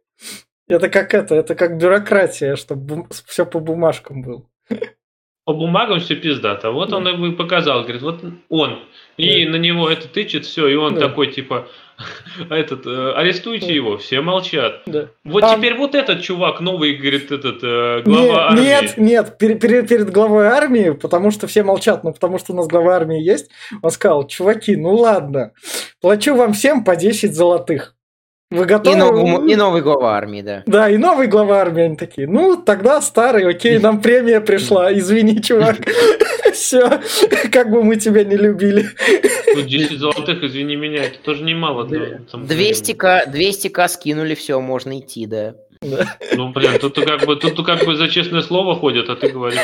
Это как это, это как бюрократия, чтобы все по бумажкам было. По бумагам все пиздато. Вот Да. он и показал, говорит, вот он. И Да. на него это тычет, все, и он Да. такой, типа, этот, э, арестуйте Да. его, все молчат. Да. Вот А- теперь вот этот чувак новый, говорит, этот, э, Не- глава армии. Нет, нет, пере- пере- перед главой армии, потому что все молчат, ну потому что у нас глава армии есть, он сказал, чуваки, ну ладно, плачу вам всем по десять золотых. Вы И, готовы? новому- и новый глава армии, да. Да, и новый глава армии, они такие, ну, тогда старый, окей, нам премия пришла, извини, чувак. Все, как бы мы тебя не любили. Ну, десять золотых, извини меня, это тоже немало. да, там, двести ка двести ка скинули, все, можно идти, да. Ну, блин, тут как бы, тут как бы за честное слово ходят, а ты говоришь.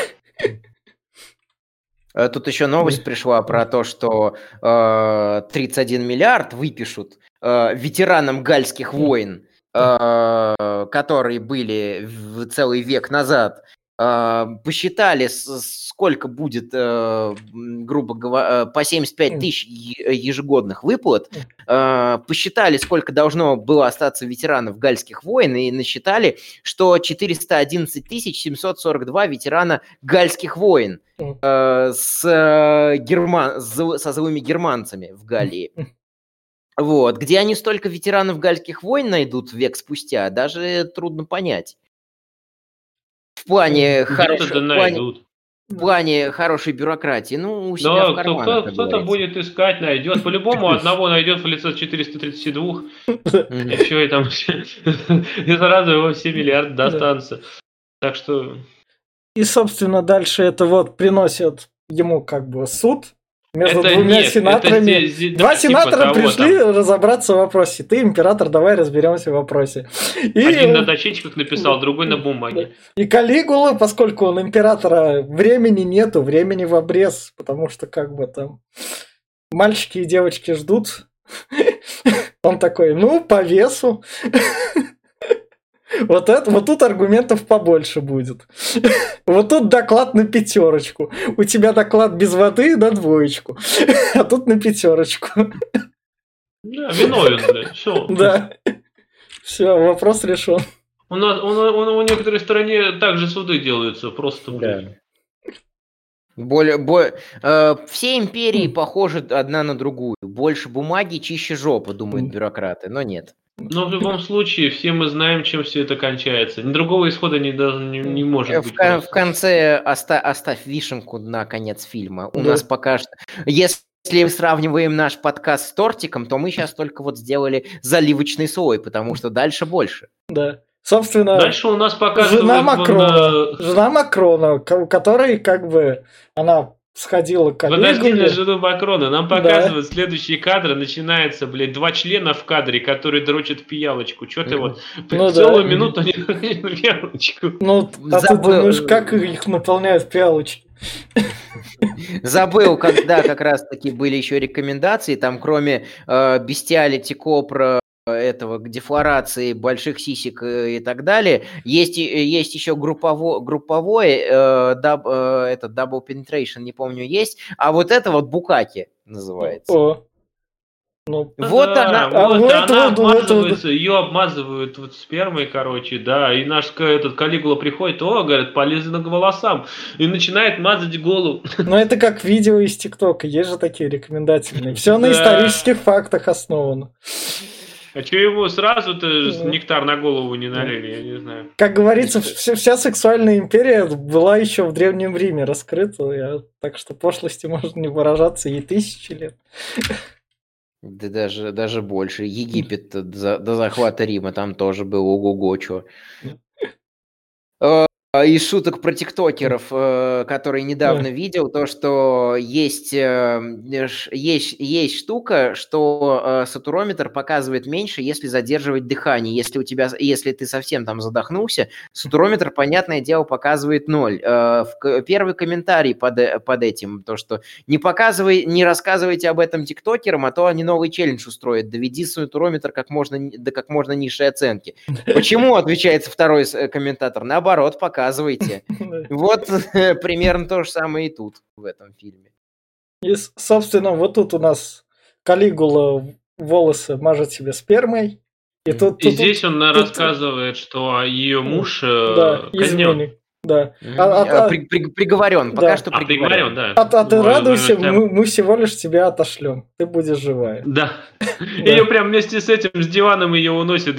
Э, Тут еще новость пришла про то, что э, тридцать один миллиард выпишут э, ветеранам гальских войн, э, которые были в целый век назад. Э, посчитали, с- сколько будет, э, м, грубо говоря, по семьдесят пять тысяч е- ежегодных выплат. Э, посчитали, сколько должно было остаться ветеранов гальских войн, и насчитали, что четыреста одиннадцать тысяч семьсот сорок два ветерана гальских войн э, с, э, герман... с- со злыми германцами в Галлии. Вот. Где они столько ветеранов гальских войн найдут век спустя, даже трудно понять. В плане, Где-то хорошей, да в плане, найдут. в плане хорошей бюрократии. Ну, у себя Да, в кто, карманах, кто, как кто-то говорится. будет искать, найдет. По-любому одного найдет в лице четыреста тридцать два, Мгм. и все, и там и сразу его все миллиарды достанутся. Так что И, собственно, дальше это вот приносят ему как бы суд между это двумя нет, это сенаторами. здесь- здесь- Два да, типа сенатора того, пришли там. разобраться в вопросе. Ты, император, давай разберемся в вопросе. И, Один на дощечках написал, другой на бумаге. и Калигула, поскольку он императора, времени нету, времени в обрез, потому что как бы там мальчики и девочки ждут. Он такой, ну, по весу. Вот, это, вот тут аргументов побольше будет. Вот тут доклад на пятерочку. У тебя доклад без воды на двоечку. А тут на пятерочку. Да, виновен, блядь. Все. Да. Все, вопрос решен. У нас у, у, у некоторой стране также суды делаются, просто, блядь. Да. Более, бо, э, все империи похожи одна на другую. Больше бумаги, чище жопа, думают бюрократы, но нет. Но в любом случае, все мы знаем, чем все это кончается. Ни другого исхода не, не, не может в, быть. В, в конце оста, оставь вишенку на конец фильма. У да. нас пока что... Если мы сравниваем наш подкаст с тортиком, то мы сейчас только вот сделали заливочный слой, потому что дальше больше. Да. Собственно, дальше у нас показывают... Жена Макрона, жена Макрона, у которой как бы она... сходила к Подожди на жену Макрона. Нам показывают да. следующие кадры. Начинается, блядь, два члена в кадре, которые дрочат в пиялочку. Че ты вот ну, целую да. минуту не в пиялочку. Ну, а ты думаешь, как их наполняют пиялочки? Забыл, когда как раз-таки были еще рекомендации. Там кроме э, бестиалити копра, этого дефлорации больших сисек и так далее. Есть, есть еще группово, групповой, э, даб, э, это double penetration, не помню, есть. А вот это вот букаки называется. О. Ну, вот да, она, вот, а вот она вот, обмазывается, вот. Ее обмазывают вот спермой, короче, да, и наш этот Калигула приходит, о, говорит, полезно к волосам, и начинает мазать голову. Ну, это как видео из ТикТока, есть же такие рекомендательные. Все на исторических фактах основано. А что ему сразу-то ну, нектар на голову не налили, я не знаю. Как говорится, вся, вся сексуальная империя была еще в Древнем Риме раскрыта, я, так что пошлости можно не выражаться и тысячи лет. Да даже, даже больше. Египет до, до захвата Рима там тоже было ого-го чё. Из шуток про тиктокеров, которые недавно видел, то, что есть, есть, есть штука, что сатурометр показывает меньше, если задерживать дыхание. Если у тебя, если ты совсем там задохнулся, сатурометр, понятное дело, показывает ноль. Первый комментарий под, под этим, то, что не показывай, не рассказывайте об этом тиктокерам, а то они новый челлендж устроят. Доведи сатурометр как можно, до как можно низшей оценки. Почему, отвечает второй комментатор? Наоборот, показывай. Показывайте. Вот примерно то же самое и тут, в этом фильме. И, собственно, вот тут у нас Калигула волосы мажет себе спермой. И, тут, и тут, здесь тут, он тут, рассказывает, что ее муж да, изменник. Да. А, а, при, при, приговорен, да. Пока что приговорен. А, приговорен, да. А, а ты радуйся, мы, мы всего лишь тебя отошлем. Ты будешь живая. Да. Ее прям вместе с этим, с диваном ее уносят.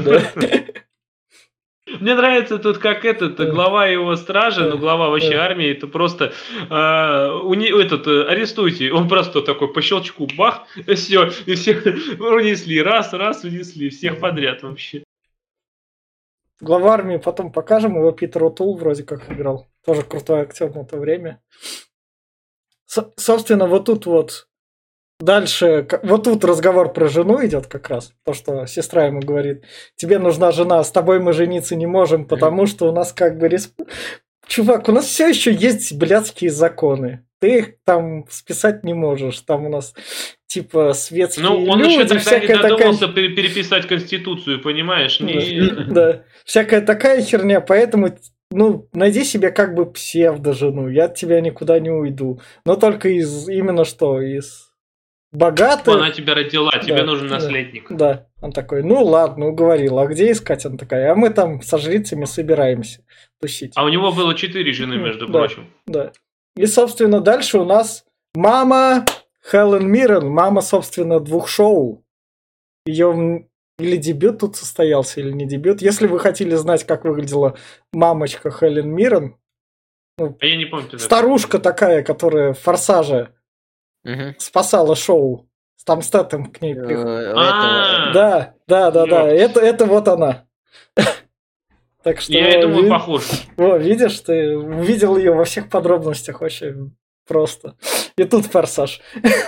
Мне нравится тут, как этот, глава его стражи, ну, глава вообще армии, это просто, э, уни, этот, арестуйте, он просто такой по щелчку, бах, все, и всех унесли, раз, раз, унесли, всех подряд вообще. Глава армии потом покажем, его Питер О'Тул вроде как играл, тоже крутой актер на то время. С- собственно, вот тут вот дальше, вот тут разговор про жену идет как раз. То, что сестра ему говорит, тебе нужна жена, с тобой мы жениться не можем, потому что у нас как бы... Респ... Чувак, у нас все еще есть блядские законы. Ты их там списать не можешь. Там у нас типа светские люди. Ну, он люди, еще тогда не додумался такая... переписать Конституцию, понимаешь? Не... Да, всякая такая херня, поэтому... Ну, найди себе как бы псевдо-жену, я от тебя никуда не уйду. Но только из... Именно что, из... Богатый. Она тебя родила, да, тебе нужен наследник. Да, он такой, ну ладно, уговорил. А где искать? Она такая, а мы там со жрицами собираемся тусить. А у него было четыре жены, между да, прочим. Да. И, собственно, дальше у нас мама Хелен Миррен, мама, собственно, двух шоу. Ее или дебют тут состоялся, или не дебют. Если вы хотели знать, как выглядела мамочка Хелен Миррен, ну, а я не помню. Старушка такая, которая в «Форсаже» Угу. спасала шоу. Там Стэтэм к ней приходит. Да, да, да, да. Это, это вот она. Так что, я думаю, ви... похож. О, видишь, ты увидел ее во всех подробностях вообще просто. И тут «Форсаж».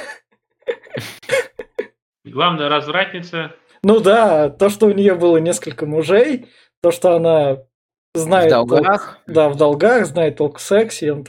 Главная развратница. Ну да, то, что у нее было несколько мужей, то, что она знает... В долгах. Толк, да, в долгах, знает толк в сексе, и он такой...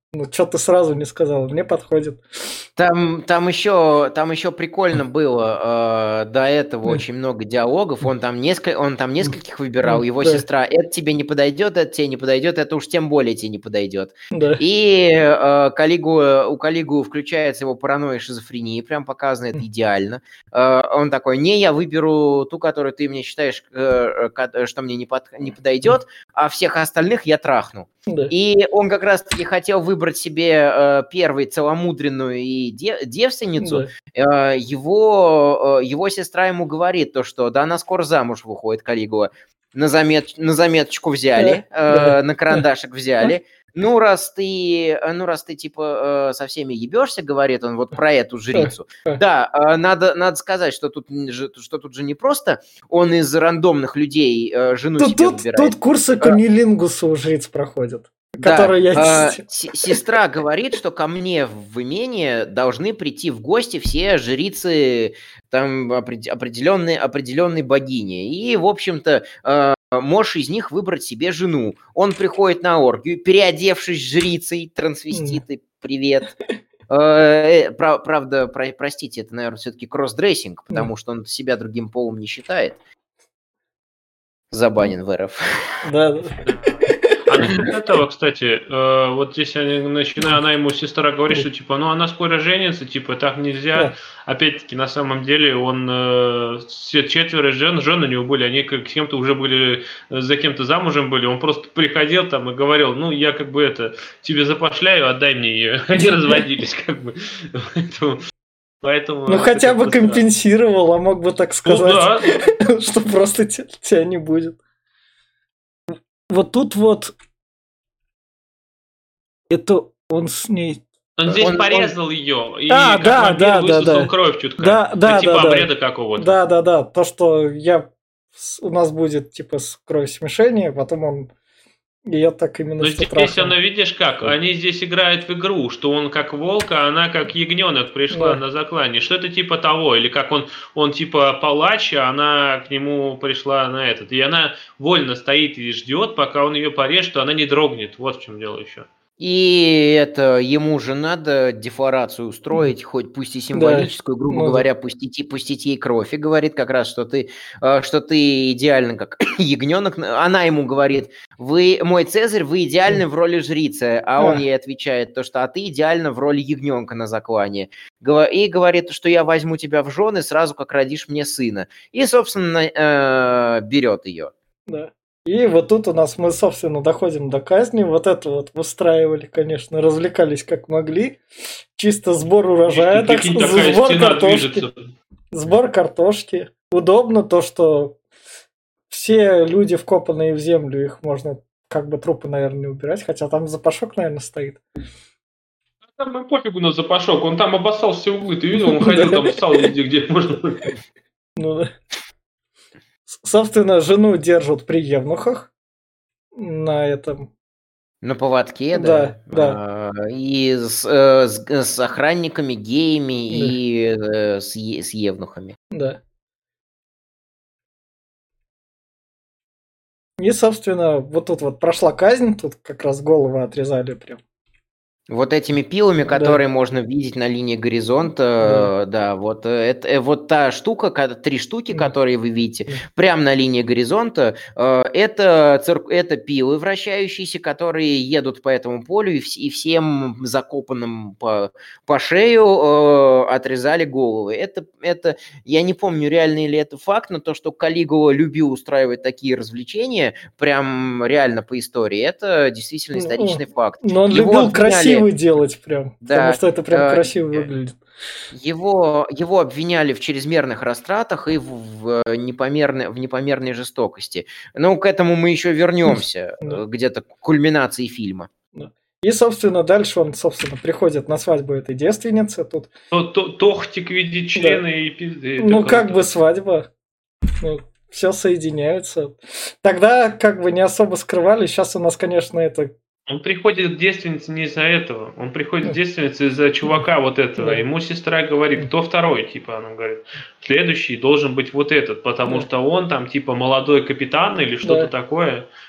Ну, что ты сразу не сказал, мне подходит. Там, там еще, там еще прикольно было э, до этого очень много диалогов. Он там несколько, он там нескольких выбирал. Его Да. сестра, это тебе не подойдет, это тебе не подойдет, это уж тем более тебе не подойдет. Да. И э, Калигула, у Калигулы включается его паранойя, шизофрения, прям показано это идеально. Э, он такой: не, я выберу ту, которую ты мне считаешь, э, э, что мне не, под, не подойдет, а всех остальных я трахну. Да. И он как раз-таки хотел выбрать себе э, первый целомудренную и де- девственницу. Да. Э, его, э, его сестра ему говорит то, что да, она скоро замуж выходит, Калигула. На, замет, на заметочку взяли, Да, э, да. на карандашик взяли. Ну, раз ты, ну, раз ты типа э, со всеми ебешься, говорит он, вот про эту жрицу. Да, э, надо, надо сказать, что тут, что тут же не просто он из рандомных людей э, жену Тут, себе тут, выбирает. тут курсы кунилингуса у жриц проходят. Да, Которые я... э, с- сестра говорит, что ко мне в имение должны прийти в гости все жрицы там опред- определенной, определенной богини. И, в общем-то, э, можешь из них выбрать себе жену. Он приходит на оргию, переодевшись жрицей, трансвеститы, привет. Э, пра- Правда, про- простите, это, наверное, все-таки кроссдрессинг, потому что он себя другим полом не считает. Забанен в РФ. Да. А насчет этого, кстати, э, вот здесь они начинают, она ему, сестра, говорит, что типа, ну она скоро женится, типа, так нельзя. Да. Опять-таки, на самом деле, он э, все четверо жен, жен у него были, они как с кем-то уже были, за кем-то замужем были. Он просто приходил там и говорил: ну, я как бы это, тебе запошляю, отдай мне ее. Они разводились, как бы. Поэтому, поэтому Ну, хотя бы компенсировал, а мог бы так сказать, ну, да. что просто тебя не будет. Вот тут вот это он с ней... Он здесь Он- порезал ее, и А, как да, вампир да, да, высосал да. кровь чутка. Да, да, Ну, типа да, да. обряда какого-то. Да, да, да. То, что я... с- у нас будет типа с кровосмешение, потом он ее так именно Но что здесь трахнул. оно, видишь как, они здесь играют в игру, что он как волк, а она как ягненок пришла Да. на заклание. Что это типа того, или как он, он типа палач, а она к нему пришла на этот. И она вольно стоит и ждет, пока он ее порежет, что она не дрогнет. Вот в чем дело еще. И это ему же надо дефлорацию устроить, хоть пусть и символическую, грубо ну да. говоря, пустить, и- пустить ей кровь. И говорит как раз, что ты, э, что ты идеально как ягненок. Она ему говорит: вы, мой Цезарь, вы идеальны в роли жрицы. А он А. ей отвечает, то, что а ты идеально в роли ягненка на заклане. Гова- И говорит, что я возьму тебя в жены сразу, как родишь мне сына. И, собственно, э, берет ее. Да. И вот тут у нас мы, собственно, доходим до казни. Вот это вот устраивали, конечно, развлекались как могли. Чисто сбор урожая, так Прикинь, сказать, такая сбор стена картошки. движется. Сбор картошки. Удобно то, что все люди, вкопанные в землю, их можно как бы трупы, наверное, не убирать. Хотя там запашок, наверное, стоит. Там и пофигу на запашок, он там обоссал все углы, ты видел, он ходил там, ссал везде, где можно. Ну да. С- Собственно, жену держат при евнухах на этом. На поводке, Да, да. А, И с, э, с- с охранниками, геями и э, с, е- с евнухами. Да. И, собственно, вот тут вот прошла казнь, тут как раз головы отрезали прям. Вот этими пилами, Да. которые можно видеть на линии горизонта, э, да, вот э, это э, вот та штука, ка- три штуки, Да. которые вы видите, Да. прямо на линии горизонта, э, это цирк- это пилы вращающиеся, которые едут по этому полю и, вс- и всем закопанным по, по шею э, отрезали головы. Это это я не помню, реальный ли это факт, но то, что Калигула любил устраивать такие развлечения, прям реально по истории, это действительно Ну, историчный факт. Но он Его любил обвиняли- красивый делать прям, Да, потому что это прям э, красиво э, выглядит. Его, его обвиняли в чрезмерных растратах и в, в, э, непомерной, в непомерной жестокости. Ну, к этому мы еще вернемся, Да. э, где-то к кульминации фильма. И, собственно, дальше он, собственно, приходит на свадьбу этой девственницы. Тут, То- то- Тохтик видит члена и пизды. ну, Это как круто. бы свадьба. Ну, все соединяются. Тогда как бы не особо скрывали. Сейчас у нас, конечно, это... Он приходит к девственнице не из-за этого. Он приходит Да. к девственнице из-за чувака вот этого. Да. Ему сестра говорит, кто второй, типа, она говорит, следующий должен быть вот этот, потому Да. что он там, типа, молодой капитан или что-то Да. такое.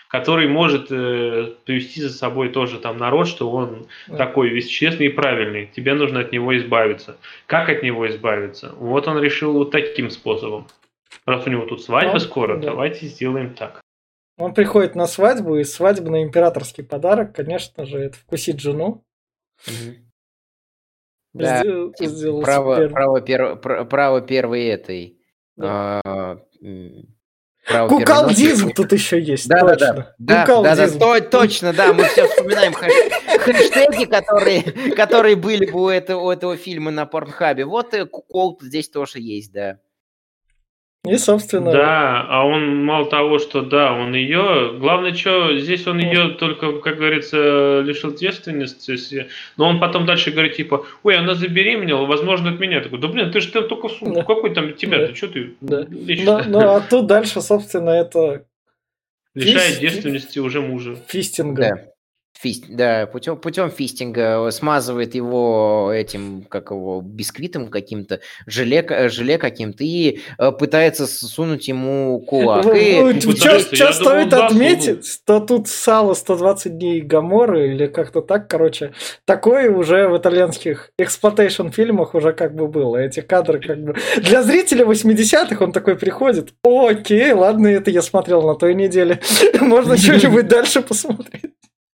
который может э, привести за собой тоже там народ, что он Да. такой весь честный и правильный. Тебе нужно от него избавиться. Как от него избавиться? Вот он решил вот таким способом. Раз у него тут свадьба Ну, скоро, да. давайте сделаем так. Он приходит на свадьбу, и свадебный императорский подарок, конечно же, это вкусить жену. Мгм. Да, Сдел- типа, сделать право, пер- право, пер- пр- право первой этой. Да. а, м, право первой Куколдизм ночи. тут еще есть, Да, да, точно. да, да, да, да, Куколдизм. то- точно, да, мы все вспоминаем хэш- хэштеги, которые, которые были бы у этого, у этого фильма на Порнхабе. Вот и кукол здесь тоже есть, да. И, собственно, Да, а он мало того, что да, он ее, главное, что здесь он Мгм. ее только, как говорится, лишил девственности, если- но он потом дальше говорит, типа, ой, она забеременела, возможно, от меня. Такой, да блин, ты же ты только су- Да. какой там тебя, Да. ты что ты Да. лечишь? но, ну, а тут дальше, собственно, это Лишает фист- девственности уже мужа. фистингом. Да. Фист, да, путем, путем фистинга смазывает его этим, как его, бисквитом каким-то, желе, ка- желе каким-то и э, пытается сунуть ему кулак. И Ну, пытается, Что я думал, стоит да, отметить, что тут сало сто двадцать дней Гоморры, или как-то так, короче, такое уже в итальянских эксплуатейшн фильмах уже как бы было. Эти кадры как бы... Для зрителя восьмидесятых он такой приходит, «О, окей, ладно, это я смотрел на той неделе, можно что-нибудь дальше посмотреть».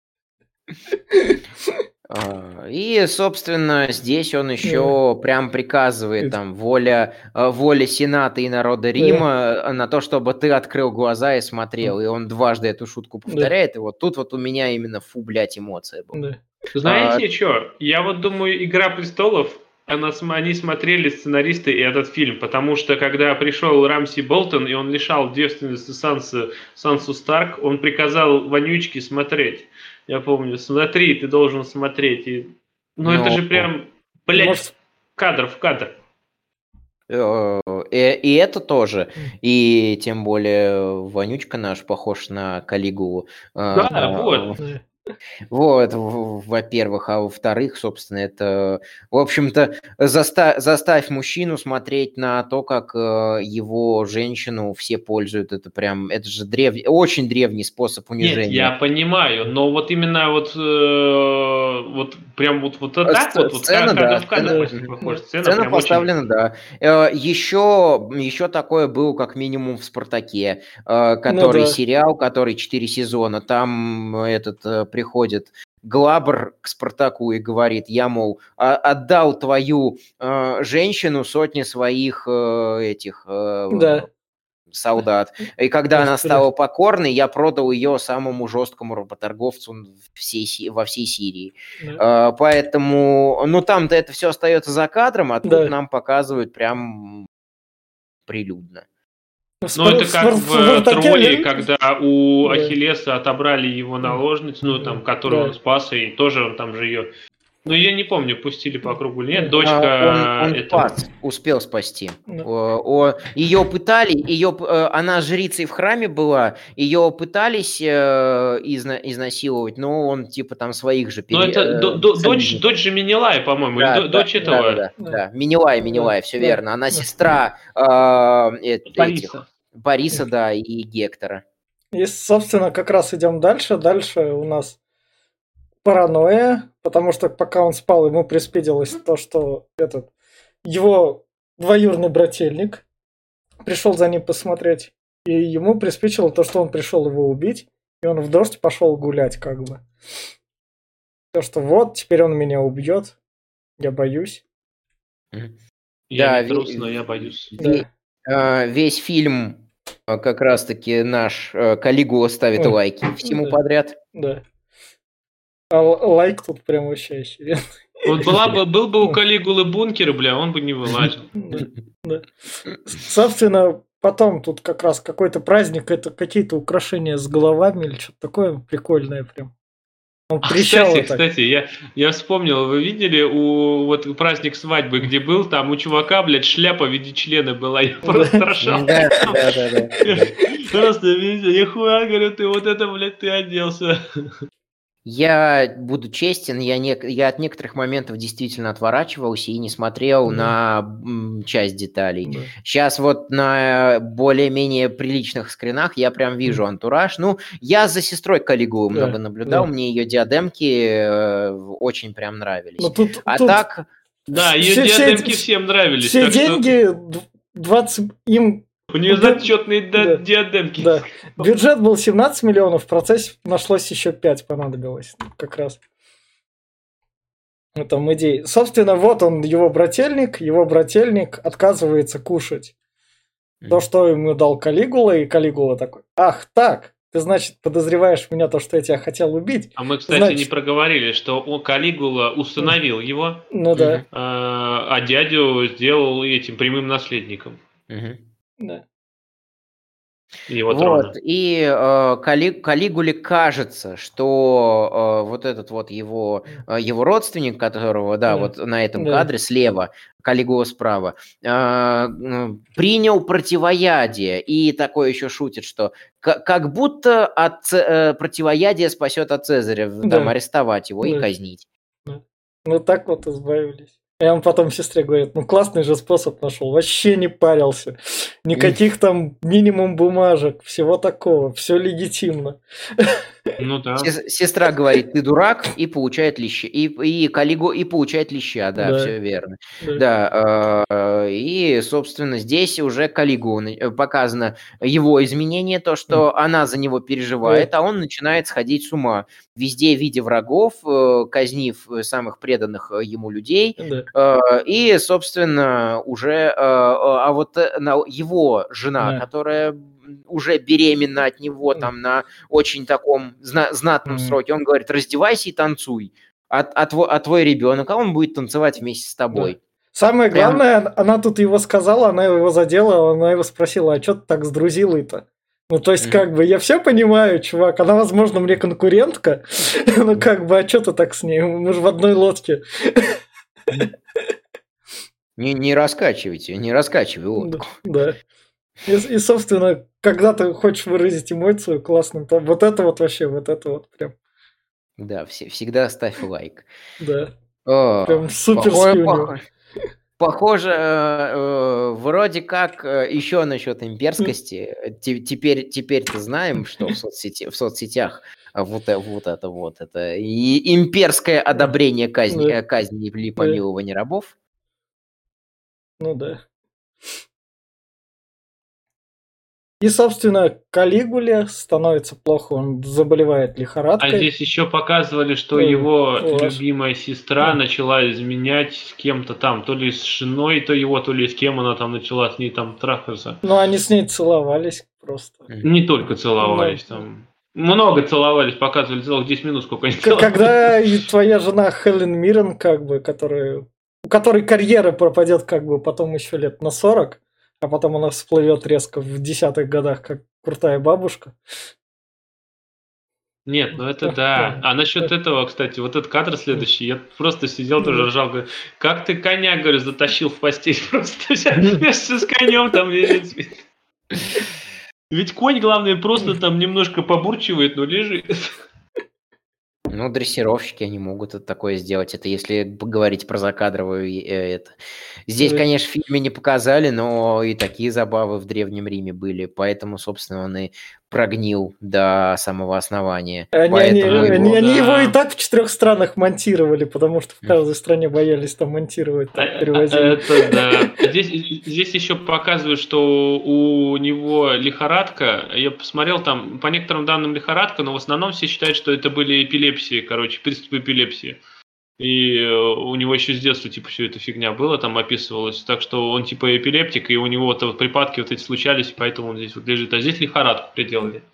А, И, собственно, здесь он еще прям приказывает, Это- там, воля, э, воля Сената и народа Рима э, на то, чтобы ты открыл глаза и смотрел. И он дважды эту шутку повторяет. И вот тут вот у меня именно фу, блядь, эмоция была. Да. Знаете что? Я вот думаю, «Игра престолов», она, см- они смотрели сценаристы и этот фильм, потому что когда пришел Рамси Болтон, и он лишал девственности Сансу, Сансу Старк, он приказал Вонючке смотреть. Я помню, смотри, ты должен смотреть. И... Ну, это Ну, же прям, блядь, Может, кадр в кадр. Э, И, и это тоже. И тем более Вонючка наш похож на Калигулу. Да, А, вот. да. Вот, в- во-первых, а во-вторых, собственно, это, в общем-то, заста- заставь мужчину смотреть на то, как э, его женщину все пользуют. Это прям, это же древ... очень древний способ унижения. Нет, я понимаю, но вот именно вот, э, вот прям вот, вот А так сц- вот, вот сцена, кадр да, в кадр сцена- почти Мгм. похож. Сцена, Сцена прям очень... поставлена, да. Э, Еще, еще такое было, как минимум, в «Спартаке», э, который да. сериал, который четыре сезона. Там э, этот э, приходит Глабр к Спартаку и говорит, я, мол, а- отдал твою э, женщину сотни своих э, этих э, Да. солдат. И когда Да, она что стала покорной, я продал ее самому жесткому работорговцу всей, Си- во всей Сирии. Да. А, Поэтому, ну там-то это все остается за кадром, а тут Да. нам показывают прям прилюдно. В Ну, это Спар- как в в Спартаке- Трое, когда у Да. Ахиллеса отобрали его наложницу, ну, там, которую Да. он спас, и тоже он там же ее... Ну, я не помню, пустили по кругу или нет. Да. Дочка А, он он этого... спас, успел спасти. Да. О, о, ее пытали, ее, э, она жрицей в храме была, ее пытались э, изна- изнасиловать, но он типа там своих же Ну, пере- это э, до- до- дочь, союзников. дочь же Менелая, по-моему, Да, или до- да, дочь да, этого... да, да, Да. да. Менелай, Да, Менелай, все да, верно. Она да. сестра э, э- этих Бориса. Бориса, да, и Гектора. И, собственно, как раз идем дальше. Дальше у нас паранойя, потому что пока он спал, ему приспиделось то, что этот его двоюродный брательник пришел за ним посмотреть, и ему приспичило то, что он пришел его убить, и он в дождь пошел гулять, как бы. То, что вот, теперь он меня убьет, я боюсь. Я Да, не ви- трус, но я боюсь. ве- Да. э, Весь фильм э, как раз-таки наш э, Калигула ставит Ой. лайки всему Да. подряд. Да. А л- лайк тут прям вообще охеренный. Вот была бы, был бы у Калигулы бункер, бля, он бы не вылазил. Да, да. Собственно, потом тут как раз какой-то праздник, это какие-то украшения с головами или что-то такое прикольное прям. Он А, трещал кстати, это. кстати, я, я вспомнил, вы видели у вот праздник свадьбы, где был, там у чувака, блядь, шляпа в виде члена была, я просто ржал. Да, да, да, да. Просто, видите, нихуя, говорю, ты вот это, блядь, ты оделся. Я буду честен, я, не, я от некоторых моментов действительно отворачивался и не смотрел Да. на м, часть деталей. Да. Сейчас вот на более-менее приличных скринах я прям вижу антураж. Ну, я за сестрой Калигулы Да, много наблюдал, да. мне ее диадемки э, очень прям нравились. Но тут, а тут так... Да, ее все, все, диадемки всем нравились. все так что деньги двадцать им у нее бюджет- зачетные да, диадемки. да. Бюджет был семнадцать миллионов, в процессе нашлось еще пять понадобилось. Как раз. Ну, там идеи. Собственно, вот он, его брательник. Его брательник отказывается кушать то, что ему дал Калигула, и Калигула такой: ах, так, ты, значит, подозреваешь меня то, что я тебя хотел убить? А мы, кстати, Значит- не проговорили, что он, Калигула установил его, Ну да, Мгм. а а дядю сделал этим прямым наследником Мгм. да. его трона. Вот, и э, Кали- Калигуле кажется, что э, вот этот вот его, э, его родственник, которого, да, Да. вот на этом Да. кадре слева, Калигула справа, э, м, принял противоядие и такое еще шутит, что ка- как будто от Ц- э, противоядия спасет от Цезаря, в- там, Да. арестовать его и Да. казнить. Ну так вот избавились. И он потом сестре говорит: ну классный же способ нашел, вообще не парился. Никаких там минимум бумажек, всего такого, все легитимно. Ну да. Сес- Сестра говорит, ты дурак, и получает леща, и, и Калигу, и получает леща, да, Да. все верно. Да. Да, э, и, собственно, здесь уже Калигу на- показано его изменение, то, что она за него переживает, а он начинает сходить с ума, везде видя врагов, э, казнив э, самых преданных э, ему людей, Да. э, и, собственно, уже, э, э, а вот э, на- его жена, Да. которая м, уже беременна от него, Да. там, на очень таком зна- знатном Мгм. сроке, он говорит, раздевайся и танцуй, а, а, тво- а твой ребенок, а он будет танцевать вместе с тобой. Самое Прям- главное, она тут его сказала, она его задела, она его спросила: а что ты так с друзилой-то? Ну, то есть, Мгм. как бы, я все понимаю, чувак, она, возможно, мне конкурентка, но как бы, а что ты так с ней? Мы же в одной лодке. Не, не раскачивайте, не раскачивай лодку. Да. И, и, собственно, когда ты хочешь выразить эмоцию классным, то вот это вот вообще, вот это вот прям, Да, все, всегда ставь лайк. да, О, прям суперски похоже, у него. похоже, похоже, э, э, вроде как э, еще насчет имперскости. э, те- Теперь, теперь-то знаем, что в, соцсети, в соцсетях а, вот, э- вот это вот это и имперское одобрение казни, Да. э, казни или помилования рабов. Ну да. И, собственно, Калигуле становится плохо, он заболевает А лихорадкой. здесь еще показывали, что Ой, его класс. любимая сестра Да. начала изменять с кем-то там, то ли с женой, то его, то ли с кем она там начала с ней там трахаться. Ну, они с ней целовались просто. Не только целовались Ну, там. Много целовались, показывали целых десять минут, сколько они К- целовались. Когда и твоя жена Хелен Миррен, как бы, которая, у которой карьера пропадет, как бы, потом еще лет на сорок, а потом она всплывет резко в десятых годах, как крутая бабушка. Нет, ну это да. А насчет этого, кстати, вот этот кадр следующий, я просто сидел тоже ржал, говорю, как ты коня, говорю, затащил в постель просто вместе с конем там лежит. Ведь конь, главное, просто там немножко побурчивает, но лежит. Ну, дрессировщики, они могут это такое сделать. Это если поговорить про закадровую э, это. Здесь, Да. конечно, в фильме не показали, но и такие забавы в Древнем Риме были. Поэтому, собственно, он и прогнил до самого основания. Они, Поэтому они, его- они, они да. его и так в четырех странах монтировали, потому что в каждой стране боялись там монтировать, А- так а- перевозили. Это да. Здесь, здесь еще показывают, что у него лихорадка. Я посмотрел там, по некоторым данным лихорадка, но в основном все считают, что это были эпилепсии, короче, приступы эпилепсии. И э, у него еще с детства типа все эта фигня была, там описывалось. Так что он типа эпилептик, и у него вот, вот припадки вот эти случались, и поэтому он здесь вот лежит. А здесь лихорадку приделали.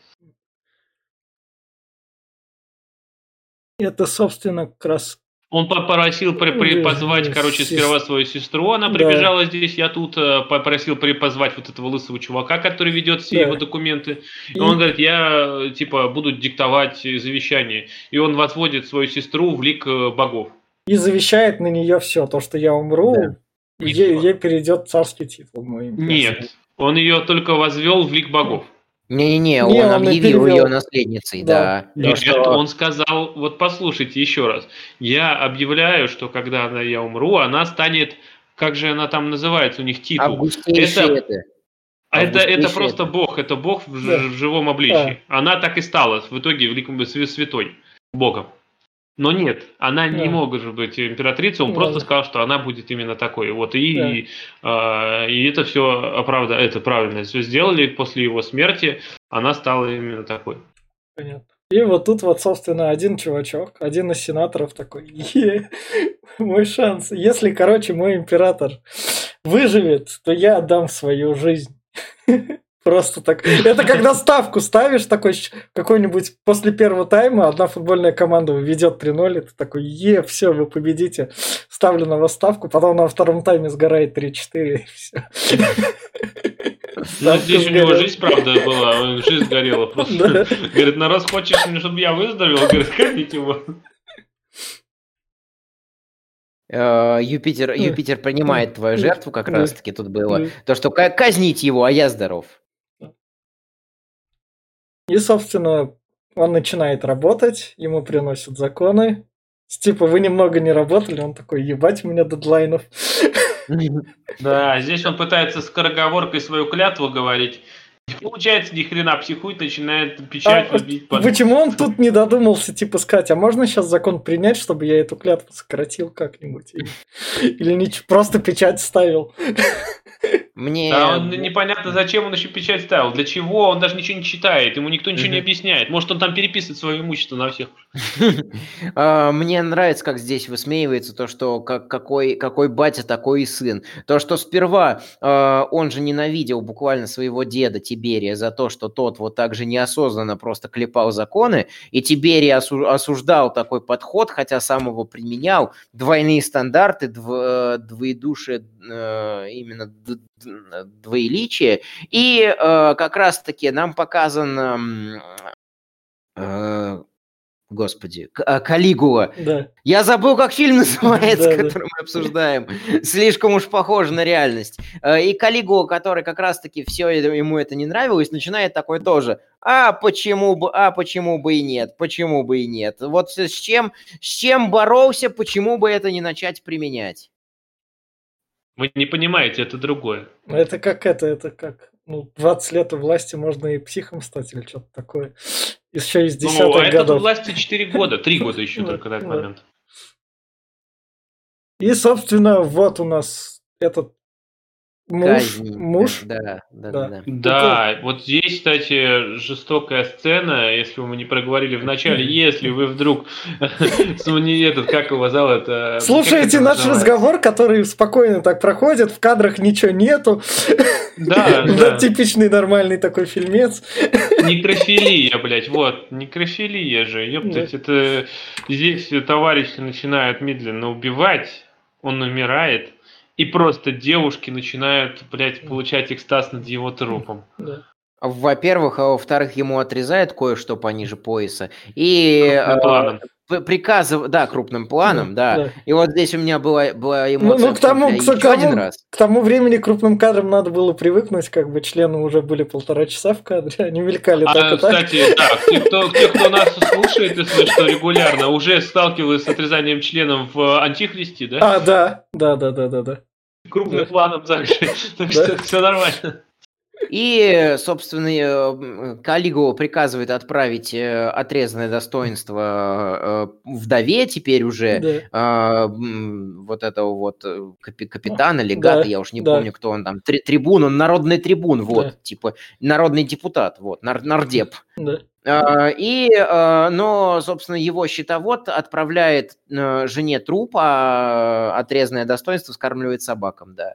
Это, собственно, как раз... Он попросил при, при, Да, позвать, да, короче, сес- сперва свою сестру, она Да. прибежала здесь, я тут э, попросил при, позвать вот этого лысого чувака, который ведет все Да. его документы. И И- он говорит, я, э, типа, буду диктовать э, завещание. И он возводит свою сестру в лик э, богов. И завещает на нее все, то, что я умру, Да. ей, Ничего. ей перейдет царский титул мой имперский. Нет, он ее только возвел в лик богов. Не-не-не, Не, он он объявил перевел. ее наследницей, Да. да. То, Нет, что... он сказал, вот послушайте еще раз. Я объявляю, что когда она, я умру, она станет, как же она там называется, у них титул. Августейший Это, это. это, это Августейший просто это. бог, это бог в, ж- Да. в живом обличии. Она так и стала в итоге великим свя- святой богом. Но нет, она не Да. может быть императрицей, он Да. просто сказал, что она будет именно такой. Вот Да. и, а, и это все оправда, это правильно все сделали после его смерти, она стала именно такой. Понятно. И вот тут вот, собственно, один чувачок, один из сенаторов такой, «Е, мой шанс. Если, короче, мой император выживет, то я отдам свою жизнь». Просто так. Это когда ставку ставишь, такой щ- какой-нибудь после первого тайма одна футбольная команда ведет три ноль, и ты такой, е, все, вы победите. Ставлю на вас ставку, потом на втором тайме сгорает три четыре, и все. Ну, здесь у него жизнь, правда, была, жизнь горела просто. Говорит, на раз хочешь, чтобы я выздоровел? Говорит, казнить его. Э, Юпитер, Юпитер принимает твою Да. жертву, как Да. раз-таки тут было. Да. То, что ка- казнить его, а я здоров. И, собственно, он начинает работать, ему приносят законы. Типа, вы немного не работали, он такой, ебать, у меня дедлайнов. Да, здесь он пытается скороговоркой свою клятву говорить. Не получается, ни хрена психует, начинает А печатью бить. под- почему он тут не додумался, типа, сказать, а можно сейчас закон принять, чтобы я эту клятву сократил как-нибудь? Или, или нич- просто печать ставил? Мне... Да, он непонятно, зачем он еще печать ставил, для чего, он даже ничего не читает, ему никто ничего не Мгм. объясняет. Может, он там переписывает свое имущество на всех. А, Мне нравится, как здесь высмеивается то, что как, какой, какой батя, такой и сын. То, что сперва а, он же ненавидел буквально своего деда Тиберия за то, что тот вот так же неосознанно просто клепал законы, и Тиберий осу- осуждал такой подход, хотя сам его применял. Двойные стандарты, дв- э, двоедушие, э, именно д- д- двоеличие. И э, как раз-таки нам показан... м, э, Господи, К- а, Калигула. Да. Я забыл, как фильм называется, Да, да. который мы обсуждаем. Слишком уж похоже на реальность. Э, И Калигула, который как раз-таки все ему это не нравилось, начинает такой тоже. А почему бы, а почему бы и нет, почему бы и нет. Вот с чем, с чем боролся, почему бы это не начать применять? Вы не понимаете, это другое. Ну, это как это, это как, ну, двадцать лет у власти можно и психом стать или что-то такое. Еще из Ну, а десятых этот у годов. власти четыре года, три года еще Да, только на этот да. момент. И, собственно, вот у нас этот муж, Казнь. муж, Да, да, да, да. да. Да, вот здесь, кстати, жестокая сцена, если мы не проговорили в начале, если вы вдруг не этот, как его зовут? э, как Слушайте это наш называется? разговор, который спокойно так проходит, в кадрах ничего нету. Да, Да, да. типичный нормальный такой фильмец. Некрофилия, блядь, вот, некрофилия же, ёптать, это здесь товарищи начинают медленно убивать, он умирает, и просто девушки начинают, блядь, получать экстаз над его трупом. Да. Во-первых, а во-вторых, ему отрезают кое-что пониже пояса. И Крупным э, планом. п- приказыв... да, крупным планом, да. Да. И вот здесь у меня была, была Ну, эмоция ну, к тому, бля, к, еще тому, один раз. к тому времени крупным кадрам надо было привыкнуть, как бы члены уже были полтора часа в кадре, они мелькали А, так и так. кстати, да, те кто, те, кто нас слушает, если что, регулярно, уже сталкивались с отрезанием членов в Антихристе, да? А, да, да, да, да, да, да. Крупным да. планом также, так что все нормально. И, собственно, э, Калигула приказывает отправить э, отрезанное достоинство э, вдове теперь уже, Да. э, м, вот этого вот э, капи- капитана, легата, Да, я уж не да. помню, кто он там, Три- трибун, он народный трибун, вот, Да. типа народный депутат, вот, нар- нардеп. Да. А, И, а, но, собственно, его счетовод отправляет э, жене труп, а отрезанное достоинство скармливает собакам, да.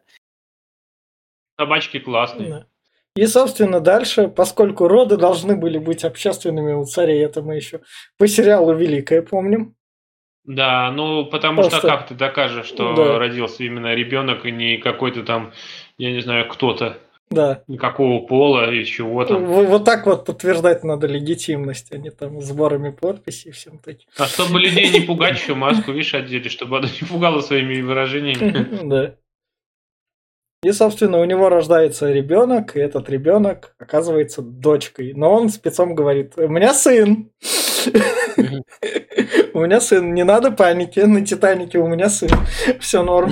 Собачки классные. Да. И, собственно, дальше, поскольку роды должны были быть общественными у царей, это мы еще по сериалу «Великое» помним. Да, ну потому Просто- что как ты докажешь, что Да. родился именно ребенок и не какой-то там, я не знаю, кто-то, Да. никакого пола и чего там. В- Вот так вот подтверждать надо легитимность, а не там сборами подписей и всем таким. А чтобы людей не пугать, еще маску, видишь, одели, чтобы она не пугала своими выражениями. Да. И, собственно, у него рождается ребенок, и этот ребенок оказывается дочкой. Но он спецом говорит: у меня сын. У меня сын, не надо паники, на Титанике у меня сын. Все норм.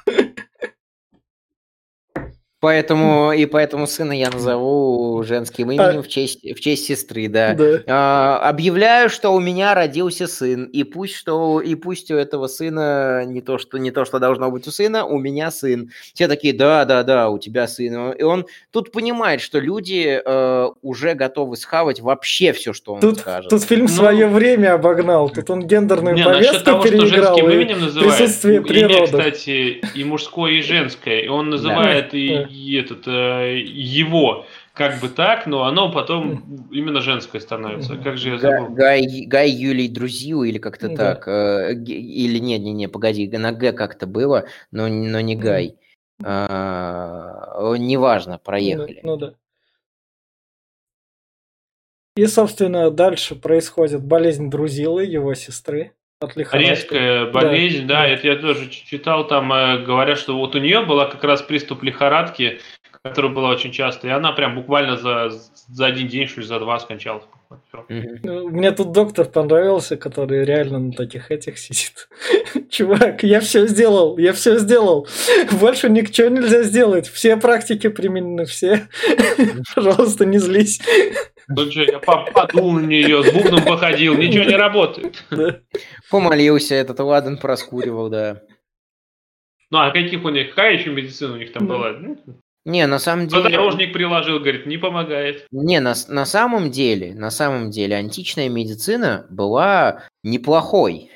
Поэтому и поэтому сына я назову женским именем А- в честь в честь сестры, да. Да. А, объявляю, что у меня родился сын, и пусть что и пусть у этого сына не то что не то что должно быть у сына, у меня сын. Все такие: да, да, да, у тебя сын. И он тут понимает, что люди э, уже готовы схавать вообще все, что он Тут, скажет. тут фильм Ну, свое время обогнал. Тут он гендерную Не, насчет повестку того, что переиграл. женским и именем называет, присутствие имя, природы. кстати, и мужское, и женское. И он называет и, Да. и этот, э, его как бы так, но оно потом именно женское становится. Как же я Га- забыл? Гай, Гай Юлий Друзил или как-то Да. так. э, г- Или нет, не, не, погоди, на Г как-то было, но, но не Гай. А, Неважно, Ну, проехали. ну да. И, собственно, дальше происходит болезнь Друзилы, его сестры, от лихорадки. Резкая Да, болезнь, да, да. это я тоже ч- читал, там э, говорят, что вот у нее была как раз приступ лихорадки, которая была очень часто, и она прям буквально за, за один день, что ли, за два скончалась. Всё. Мгм. Ну, Мне тут доктор понравился, который реально на таких этих сидит. Чувак, я все сделал, я все сделал. Больше ничего нельзя сделать. Все практики применены, все. Пожалуйста, не злись. Ну что, я по- подул на нее, с бубном походил, ничего не работает. Да. Помолился, этот ладан проскуривал, да. Ну а каких у них, какая еще медицина у них там Да. была? Ну, Не, на самом деле... Подорожник приложил, говорит, не помогает. Не, на, с- на самом деле, на самом деле, античная медицина была неплохой.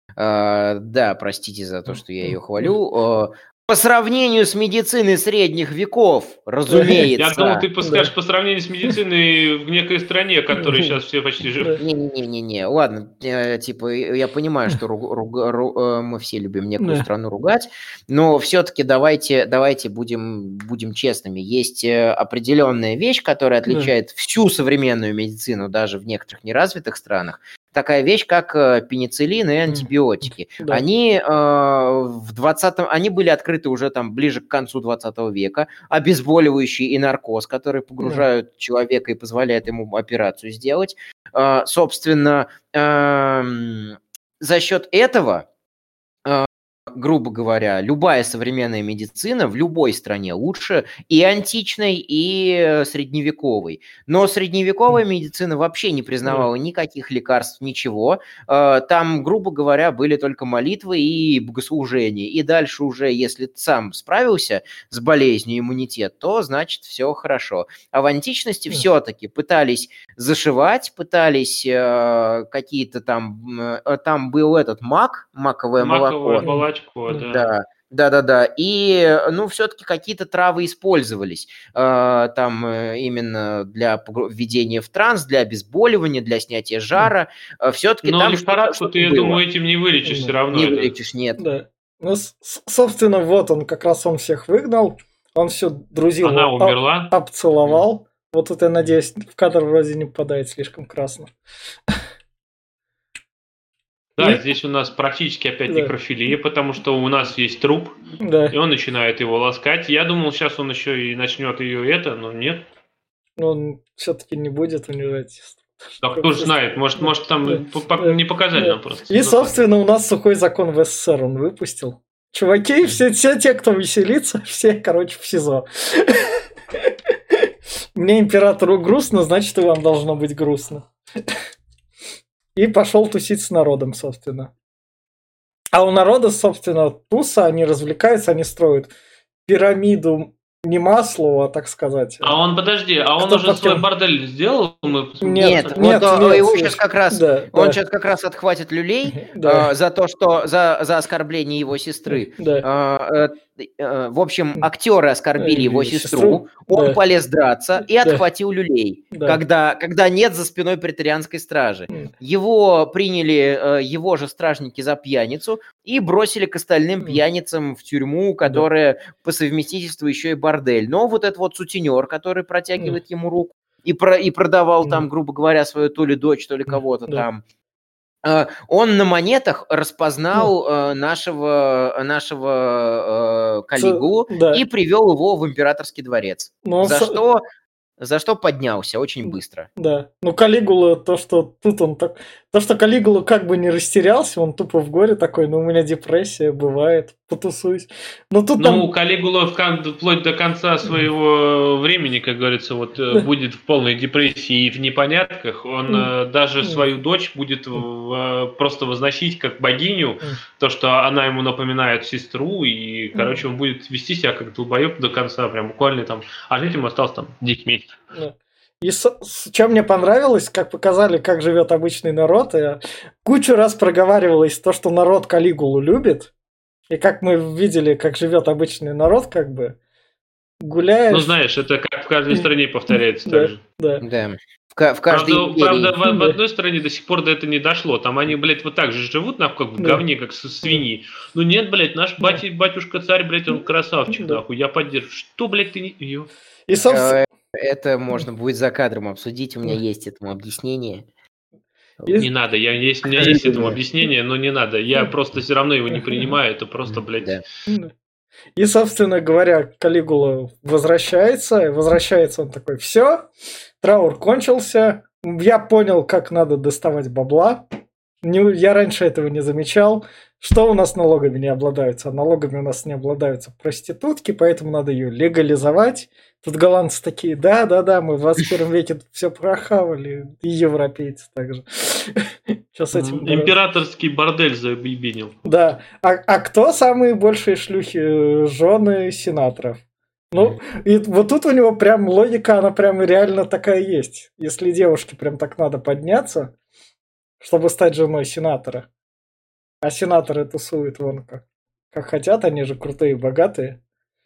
А, да, простите за то, что я ее хвалю. А, по сравнению с медициной средних веков, разумеется. Я думал, ты подскажешь Да. по сравнению с медициной в некой стране, которой сейчас все почти живут. Не-не-не-не, ладно, э, типа, я понимаю, что руг- руг- ру- э, мы все любим некую Да. страну ругать, но все-таки давайте, давайте будем, будем честными. Есть э, определенная вещь, которая отличает всю современную медицину, даже в некоторых неразвитых странах. Такая вещь, как э, пенициллин и антибиотики. Да. Они, э, в двадцатом, они были открыты уже там ближе к концу двадцатого века, обезболивающий и наркоз, которые погружают человека и позволяют ему операцию сделать. Э, собственно, эм, за счет этого, э, грубо говоря, любая современная медицина в любой стране лучше и античной, и э, средневековой. Но средневековая медицина вообще не признавала никаких лекарств, ничего. Э, Там, грубо говоря, были только молитвы и богослужения. И дальше уже, если ты сам справился с болезнью, иммунитет, то значит все хорошо. А в античности Да. все-таки пытались зашивать, пытались э, какие-то там... э, Там был этот мак, маковое Маковое молоко. молочко, Да. да. Да, да, да, да. И, ну, все-таки какие-то травы использовались. Э, Там э, именно для погру- введения в транс, для обезболивания, для снятия жара. Все-таки Но там что-то, лихорадку что-то ты, я было. думаю, этим не вылечишь все Да. равно. Не это. вылечишь, нет. Да. Ну, с- с- собственно, вот он, как раз он всех выгнал. Он всю Друзилу Она об- умерла. обцеловал. Вот тут я надеюсь, в кадр вроде не попадает слишком красно. Да, И- здесь у нас практически опять Да. некрофилия, потому что у нас есть труп, Да. и он начинает его ласкать. Я думал, сейчас он еще и начнет ее это, но нет. Но он все-таки не будет унижать сестру. Так кто ж знает, может, Да. может там Да. по- по- Да. не показали Да. нам просто. И, собственно, у нас сухой закон в СССР он выпустил. Чуваки, все, все те, кто веселится, все, короче, в СИЗО. Мне императору грустно, значит, и вам должно быть грустно. И пошел тусить с народом, собственно. А у народа, собственно, туса, они развлекаются, они строят пирамиду не Маслова, так сказать. А он, подожди, а он Кто уже под свой кем? бордель сделал? Мы посмотрели. Нет, Нет, вот нет, он- нет, его нет. сейчас как раз, Да, он да. сейчас как раз отхватит люлей Да. э, за то, что за, за оскорбление его сестры. Да. Э, э, э, в общем, актеры оскорбили Э, его сестру, сестру, он да. полез драться и Да. отхватил люлей, Да. когда, когда нет за спиной преторианской стражи. М. Его приняли э, его же стражники за пьяницу и бросили к остальным М. пьяницам в тюрьму, которая по совместительству еще и бордель. Но вот этот вот сутенер, который протягивает ему руку и, про, и продавал М. там, грубо говоря, свою то ли дочь, то ли кого-то Да. там, э, он на монетах распознал э, нашего, нашего э, Калигулу да. и привел его в императорский дворец. Но За с- что... За что поднялся очень быстро. Да. Ну, Калигула, то, что тут он так... То, что Калигула как бы не растерялся, он тупо в горе такой, ну, у меня депрессия, бывает, потусуюсь. Но тут Ну, там... Калигула вплоть до конца своего времени, как говорится, вот Да. будет в полной депрессии и в непонятках. Он Mm. даже Mm. свою дочь будет в, просто возносить как богиню, Mm. то, что она ему напоминает сестру, и, короче, он будет вести себя как долбоеб до конца, прям буквально там, а жить ему осталось там десять месяцев. Да. И с, с чем мне понравилось, как показали, как живет обычный народ, и кучу раз проговаривалось то, что народ Калигулу любит, и как мы видели, как живет обычный народ, как бы гуляешь. Ну, знаешь, это как в каждой стране повторяется Да, так же. да. Да. В, ка- в каждой Правда, империи. правда, в, в Да. одной стране до сих пор до этого не дошло. Там они, блядь, вот так же живут, нахуй, как в Да. говне, как с- свиньи. Ну нет, блядь, наш Да. бати- батюшка-царь, блядь, он красавчик, Да. нахуй, я поддерживаю. Что, блядь, ты не... Ё. И, собственно, Э, Это можно будет за кадром обсудить, у меня есть этому объяснение. И- Не надо, я, есть, у меня есть этому объяснение, но не надо. Я просто все равно его не принимаю, это просто, блядь... Да. И, собственно говоря, Калигула возвращается, и возвращается он такой, все, траур кончился, я понял, как надо доставать бабла, не, я раньше этого не замечал, что у нас налогами не обладаются, а налогами у нас не обладаются проститутки, поэтому надо ее легализовать. Тут голландцы такие, да-да-да, мы в двадцать первом веке все прохавали, и европейцы также. Сейчас этим бороться. Императорский бордель заебенил. Да. А, а кто самые большие шлюхи? Жены сенаторов. Ну, и вот тут у него прям логика, она прям реально такая есть. Если девушке прям так надо подняться, чтобы стать женой сенатора. А сенаторы тусуют вон как. Как хотят, они же крутые и богатые.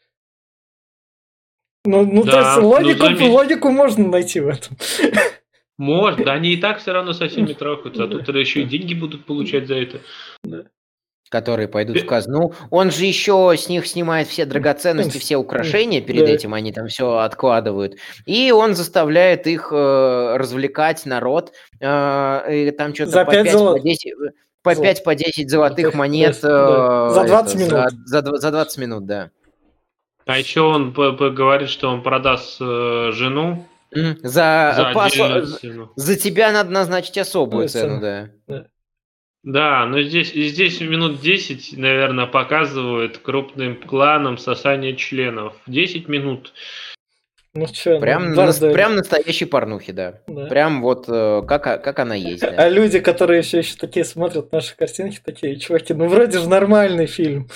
Ну, ну Да, то есть ну, логику, заметь. логику можно найти в этом. Может, да они и так все равно со всеми трахаются, а тут еще и деньги будут получать за это. Которые пойдут в казну. Он же еще с них снимает все драгоценности, все украшения перед Да. этим, они там все откладывают. И он заставляет их э, развлекать народ. Э, и там что-то За по пять пять, золот- по десять, по золот- пять, по десять золотых золотых, монет. да. э, За двадцать это, минут. За, за, за двадцать минут, да. А еще он п- п- говорит, что он продаст э, жену М, За, за по- отдельную за, цену. за тебя надо назначить особую Ну, цену, цену. да. Да, но здесь, и здесь минут десять, наверное, показывают крупным планом сосание членов. десять минут. Ну что, Прям, ну, нас- бордель. прям настоящей порнухи, да. Да. Прям вот э, как, а- как она есть, да. А люди, которые все еще такие смотрят наши картинки, такие, чуваки, ну вроде же нормальный фильм.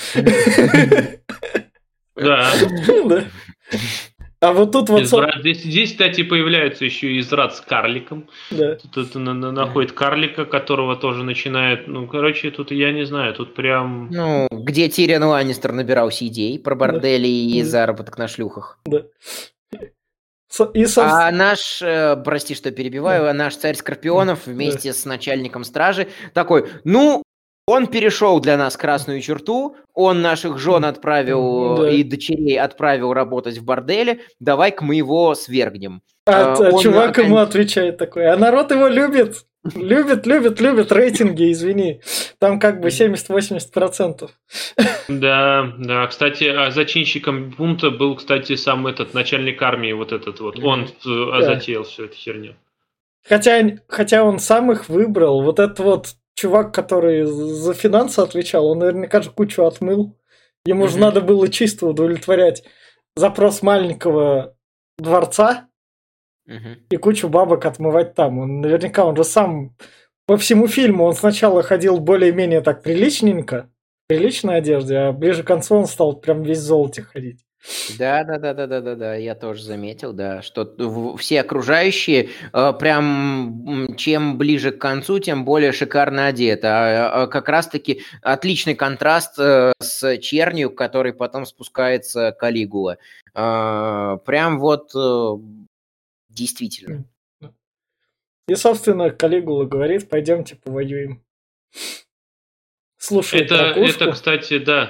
Да. Да. А вот тут вот... со- Изврат- Здесь, здесь, кстати, появляется еще и изврат с карликом. Да. Тут это на- на- находит карлика, которого тоже начинает. Ну, короче, тут я не знаю, тут прям. Ну, где Тирион Ланнистер набирался идей про бордели и Да. заработок на шлюхах. Да. Со- И, собственно, А наш, э, прости, что перебиваю, а наш царь Скорпионов вместе с начальником стражи такой, ну, он перешел для нас красную черту, он наших жен отправил Да. и дочерей отправил работать в борделе, давай-ка мы его свергнем. а, э, а он чувак ему окон- отвечает такой, а народ его любит. Любит, любит, любит рейтинги, извини. Там как бы семьдесят-восемьдесят процентов. Да, да. Кстати, а зачинщиком бунта был, кстати, сам этот начальник армии, вот этот вот. Он э, затеял всю эту херню. Хотя, хотя он сам их выбрал. Вот этот вот чувак, который за финансы отвечал, он наверняка же кучу отмыл. Ему же Мгм. надо было чисто удовлетворять запрос маленького дворца Мгм. и кучу бабок отмывать там. Он наверняка, он же сам по всему фильму, он сначала ходил более-менее так приличненько, в приличной одежде, а ближе к концу он стал прям весь в золоте ходить. Да, да, да, да, да, да, да, я тоже заметил, да, что в- все окружающие э, прям м, чем ближе к концу, тем более шикарно одеты. А, а как раз-таки отличный контраст э, с чернью, к которой потом спускается Калигула. А, прям вот э, действительно. И, собственно, Калигула говорит, пойдемте повоюем. Слушай, Это, прокушку. это, кстати, да.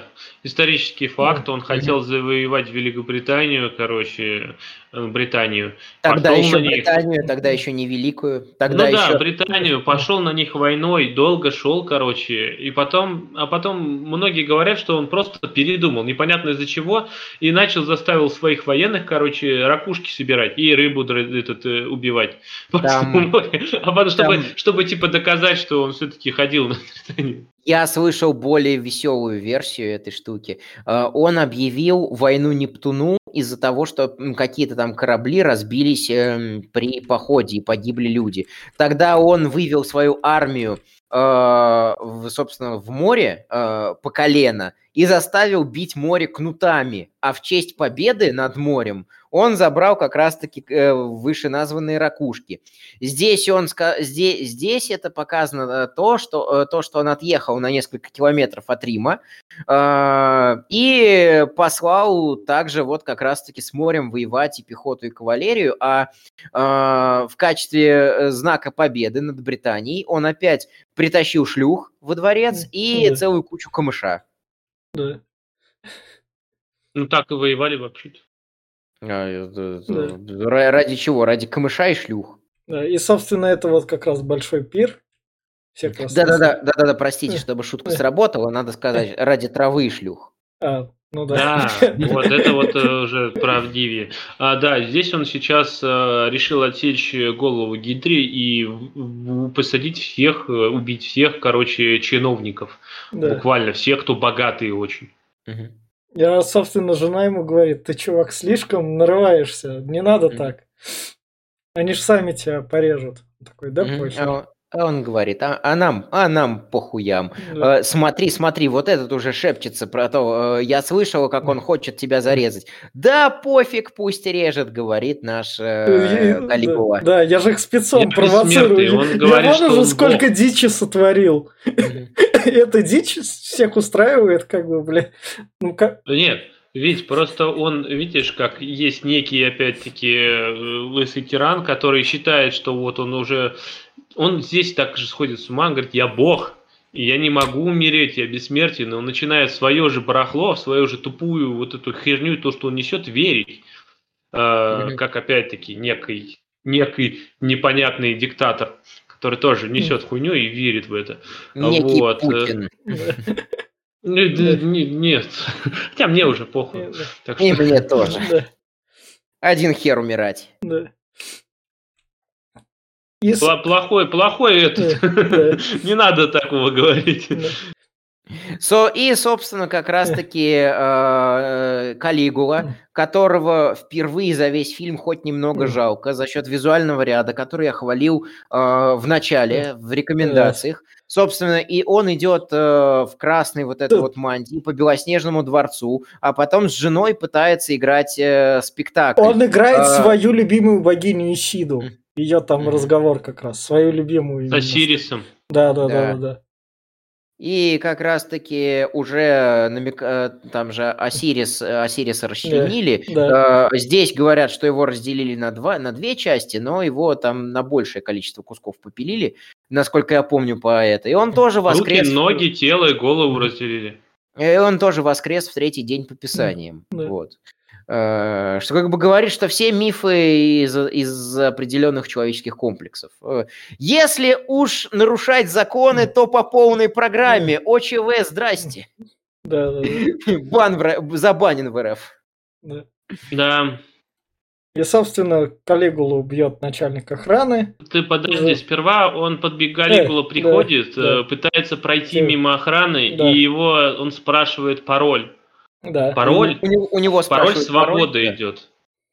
исторический факт. Он хотел завоевать Великобританию, короче, э, Британию. Тогда Пошел еще на них. Британию, тогда еще не Великую, тогда Ну да, еще... Британию, пошел на них войной, долго шел, короче, и потом, а потом многие говорят, что он просто передумал, непонятно из-за чего, и начал, заставил своих военных, короче, ракушки собирать и рыбу др- этот, э, убивать. Там, А потом, чтобы, там чтобы типа доказать, что он все-таки ходил на Британию. я слышал более веселую версию этой штуки. Э, Он объявил войну Нептуну из-за того, что м, какие-то там корабли разбились эм, при походе и погибли люди. Тогда он вывел свою армию, э, в, собственно, в море э, по колено и заставил бить море кнутами. А в честь победы над морем он забрал как раз-таки э, вышеназванные ракушки. Здесь он ска- здесь, здесь это показано э, то, что э, то, что он отъехал на несколько километров от Рима э, и послал также вот как раз-таки с морем воевать и пехоту, и кавалерию, а э, в качестве э, знака победы над Британией он опять притащил шлюх во дворец и Да. целую кучу камыша. Да. Ну так и воевали вообще-то. А, это- это- Да. ра- Ради чего? Ради камыша и шлюх. Да. И, собственно, это вот как раз большой пир. Все как раз Да-да-да, тусят. да-да-да, простите, чтобы шутка сработала, надо сказать, ради травы и шлюх. А, ну Да, да. вот это вот э, уже правдивее. А, да, здесь он сейчас э, решил отсечь голову Гидре и в- в- посадить всех, э, убить всех, короче, чиновников. Да. Буквально всех, кто богатые очень. Мгм. Я, собственно, жена ему говорит, ты, чувак, слишком нарываешься, не надо Мгм. так. Они же сами тебя порежут. Он такой, да Мгм. похер. А он а он говорит, а, а нам, а нам похуям. Да. Э, смотри, смотри, вот этот уже шепчется про то, э, я слышала, как он хочет тебя зарезать. Да пофиг, пусть режет, говорит наш э, И- Калигула. Да, да, я же их спецом Я бессмертный, провоцирую. он Я говорит, вон что уже он сколько бог. дичи сотворил. Мгм. Эта дичь всех устраивает, как бы, бля. Ну, как... Нет, ведь просто он, видишь, как есть некий, опять-таки, э, лысый тиран, который считает, что вот он уже... Он здесь так же сходит с ума, он говорит, я бог, и я не могу умереть, я бессмертен. Но он начинает свое же барахло, свою же тупую вот эту херню, то, что он несет, верить. Э, Мгм. как, опять-таки, некий, некий непонятный диктатор, который тоже несет хуйню и верит в это. Некий Вот. э, Путин. Да. не- Да. не- Нет, хотя мне уже похуй. Да. Так И что... мне тоже. Да. Один хер умирать. Да. И с- Пла- Плохой, плохой этот. Да, да. Не надо такого говорить. Да. Со, и, собственно, как раз-таки э, Калигула, которого впервые за весь фильм хоть немного Мгм. жалко за счет визуального ряда, который я хвалил э, в начале, в рекомендациях. Собственно, и он идет э, в красной вот этой Да. вот мантии по Белоснежному дворцу, а потом с женой пытается играть э, спектакль. Он играет А, свою любимую богиню Исиду. Мгм. Ее там Мгм. разговор как раз. Свою любимую. С именно. Осирисом. Да, да, да, Да. да, да. И как раз-таки уже намек... э, там же Осирис, э, Осириса расчленили. Да. Э, Здесь говорят, что его разделили на, два, на две части, но его там на большее количество кусков попилили, насколько я помню по это. И он тоже воскрес. Руки, в- ноги, тело и голову разделили. И он тоже воскрес в третий день по писаниям. Да. Вот. Э, Что как бы говорит, что все мифы из, из определенных человеческих комплексов. Э, Если уж нарушать законы, то по полной программе. ОЧВ, здрасте. Да, да, да. Бан в Р- забанен в РФ. Да. Да. И, собственно, Калигулу убьет начальник охраны. Ты подожди, Да. сперва он под Галигула Да, приходит, да, да. э, пытается пройти Да. мимо охраны, Да. и его он спрашивает пароль. Да. Пароль? У, него- у него Пароль спрашивают свободы пароль, да. идет.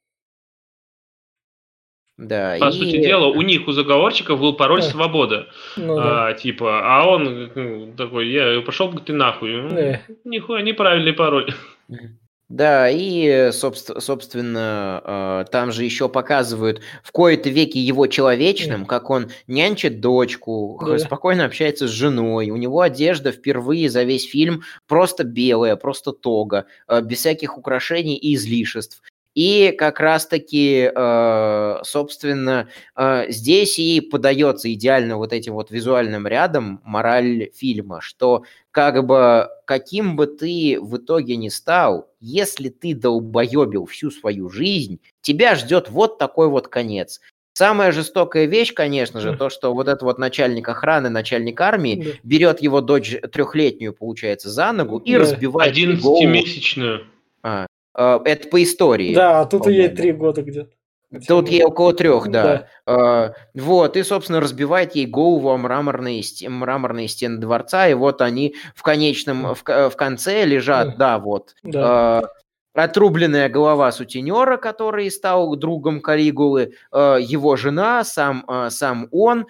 Да, По и... сути дела, у них, у заговорщиков, был пароль Да. свобода. Ну да. А, типа, а он ну, такой, я пошел бы ты нахуй. Ну, Да. Нихуя, неправильный пароль. Да, и, собст- собственно, э, там же еще показывают в кои-то веки его человечным, как он нянчит дочку, х- Да. спокойно общается с женой. У него одежда впервые за весь фильм просто белая, просто тога, э, без всяких украшений и излишеств. И как раз-таки, э, собственно, э, здесь и подается идеально вот этим вот визуальным рядом мораль фильма, что как бы каким бы ты в итоге ни стал, если ты долбоебил всю свою жизнь, тебя ждет вот такой вот конец. Самая жестокая вещь, конечно же, то, что вот этот вот начальник охраны, начальник армии Да. берет его дочь трехлетнюю, получается, за ногу и Да. разбивает ей голову. одиннадцатимесячную. А, э, это по истории. Да, а тут ей по-моему. три года где-то. Тут ей около трех, да. Да. Э, вот, и, собственно, разбивает ей голову о мраморные, сте- мраморные стены дворца, и вот они в конечном, в, ко- в конце лежат, да, вот, Да. э, отрубленная голова сутенера, который стал другом Калигулы, э, его жена, сам, э, сам он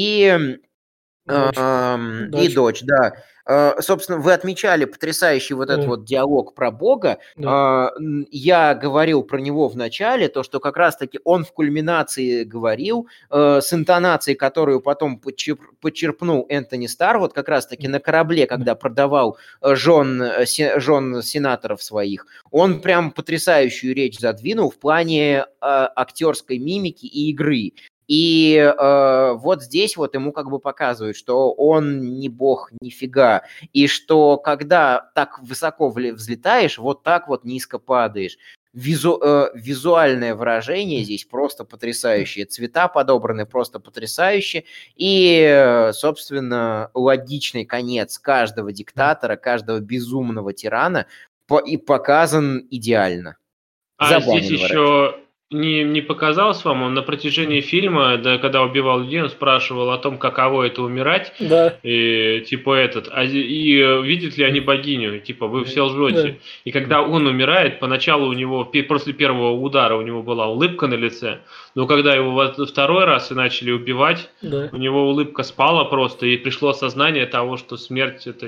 и, Дочь. эм, и Дочь. дочь, да. Э, собственно, вы отмечали потрясающий вот этот Да. вот диалог про Бога. Да. Э, м, я говорил про него в начале, то, что как раз-таки он в кульминации говорил, э, с интонацией, которую потом подчерп- подчерпнул Энтони Старр, вот как раз-таки на корабле, когда продавал э, жен, э, се- жен сенаторов своих, он прям потрясающую речь задвинул в плане э, актерской мимики и игры. И э, вот здесь вот ему как бы показывают, что он не бог, нифига, и что когда так высоко вли- взлетаешь, вот так вот низко падаешь. Визу, э, визуальное выражение здесь просто потрясающее, цвета подобраны просто потрясающе, и, э, собственно, логичный конец каждого диктатора, каждого безумного тирана по- и показан идеально. А здесь Забавен выражение. еще не, не показалось вам, он на протяжении фильма, да, когда убивал людей, он спрашивал о том, каково это умирать, Да. и, типа этот, а, и э, видят ли они богиню, типа вы все лжете. Да. И когда он умирает, поначалу у него, пе- после первого удара у него была улыбка на лице, но когда его во- второй раз и начали убивать, Да. у него улыбка спала просто, и пришло осознание того, что смерть это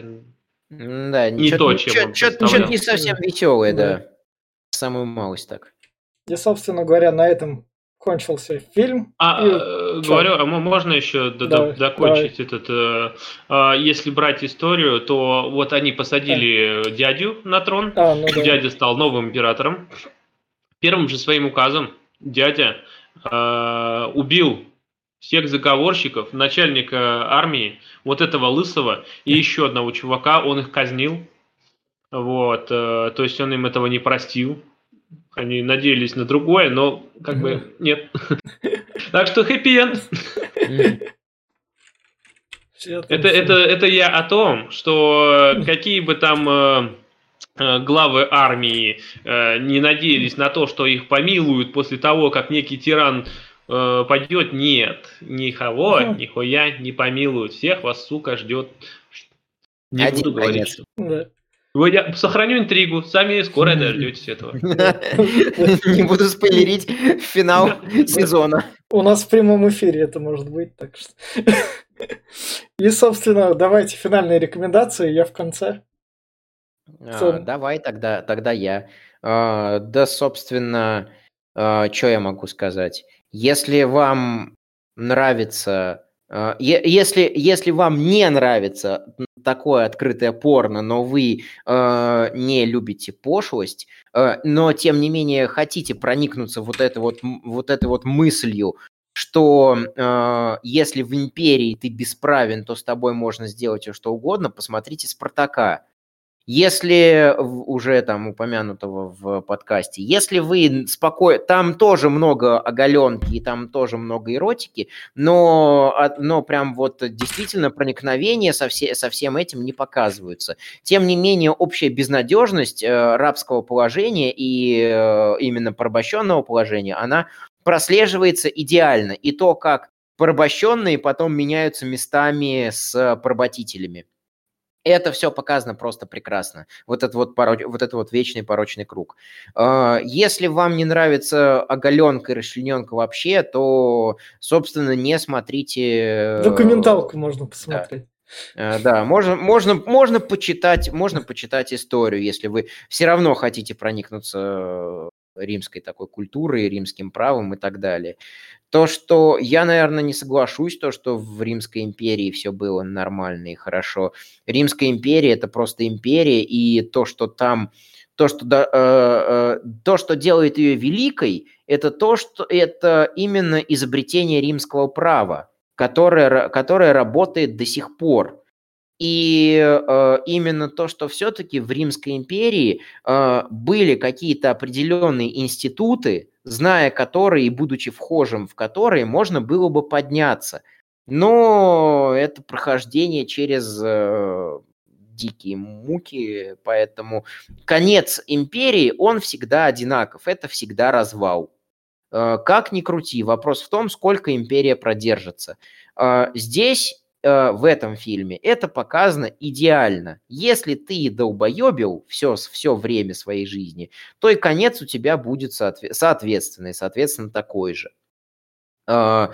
М, Да, не что-то, то, чем он представлял. не совсем веселое, Да. да. Самую малость так. И, собственно говоря, на этом кончился фильм. А, И- э, чё? говорю, а мо- можно еще до- до- Давай, докончить этот? э, а, если брать историю, то вот они посадили дядю на трон, А, ну да. дядя стал новым императором. Первым же своим указом дядя э, убил всех заговорщиков, начальника армии, вот этого лысого и еще одного чувака, он их казнил. Вот, э, то есть он им этого не простил. Они надеялись на другое, но как бы нет. Так что хэппи-энд. Все там Это, всё. это, это я о том, что какие бы там э, э, главы армии э, не надеялись на то, что их помилуют после того, как некий тиран э, пойдет, нет, никого, Ага. нихуя не помилуют. Всех вас, сука, ждет. Не Один буду говорить, конец. что. Да. Вы- Я сохраню интригу, сами скоро дождетесь этого. Не буду спойлерить финал сезона. У нас в прямом эфире это может быть, так что. И, собственно, давайте финальные рекомендации. Я в конце. А, Что? Давай тогда, тогда я. А, Да, собственно, что я могу сказать? Если вам нравится, а, е- если, если вам не нравится такое открытое порно, но вы э, не любите пошлость, э, но тем не менее хотите проникнуться вот этой вот, м- вот этой вот мыслью, что э, если в империи ты бесправен, то с тобой можно сделать все что угодно, посмотрите «Спартака». Если в- уже там упомянутого в подкасте, если вы спокойно, там тоже много оголенки и там тоже много эротики, но, а- но прям вот действительно проникновения со, все, со всем этим не показываются. Тем не менее, общая безнадежность э, рабского положения и э, именно порабощенного положения, она прослеживается идеально. И то, как порабощенные потом меняются местами с поработителями. Это все показано просто прекрасно. Вот этот вот, поро... вот этот вот вечный порочный круг. А, Если вам не нравится оголенка и расчлененка вообще, то, собственно, не смотрите... Документалку можно Да. посмотреть. Э, Да, можно, можно, можно почитать, можно почитать историю, если вы все равно хотите проникнуться римской такой культурой, римским правом и так далее. То, что я, наверное, не соглашусь, то, что в Римской империи все было нормально и хорошо. Римская империя – это просто империя, и то, что там То, что, да, э, э, то, что делает ее великой, это то, что это именно изобретение римского права, которое, которое работает до сих пор. И э, именно то, что все-таки в Римской империи э, были какие-то определенные институты, зная которые и будучи вхожим в которые, можно было бы подняться. Но это прохождение через э, дикие муки, поэтому конец империи, он всегда одинаков, это всегда развал. Э, как ни крути, вопрос в том, сколько империя продержится. Э, здесь в этом фильме это показано идеально. Если ты долбоебил все, все время своей жизни, то и конец у тебя будет соответственный, соответственно, такой же. В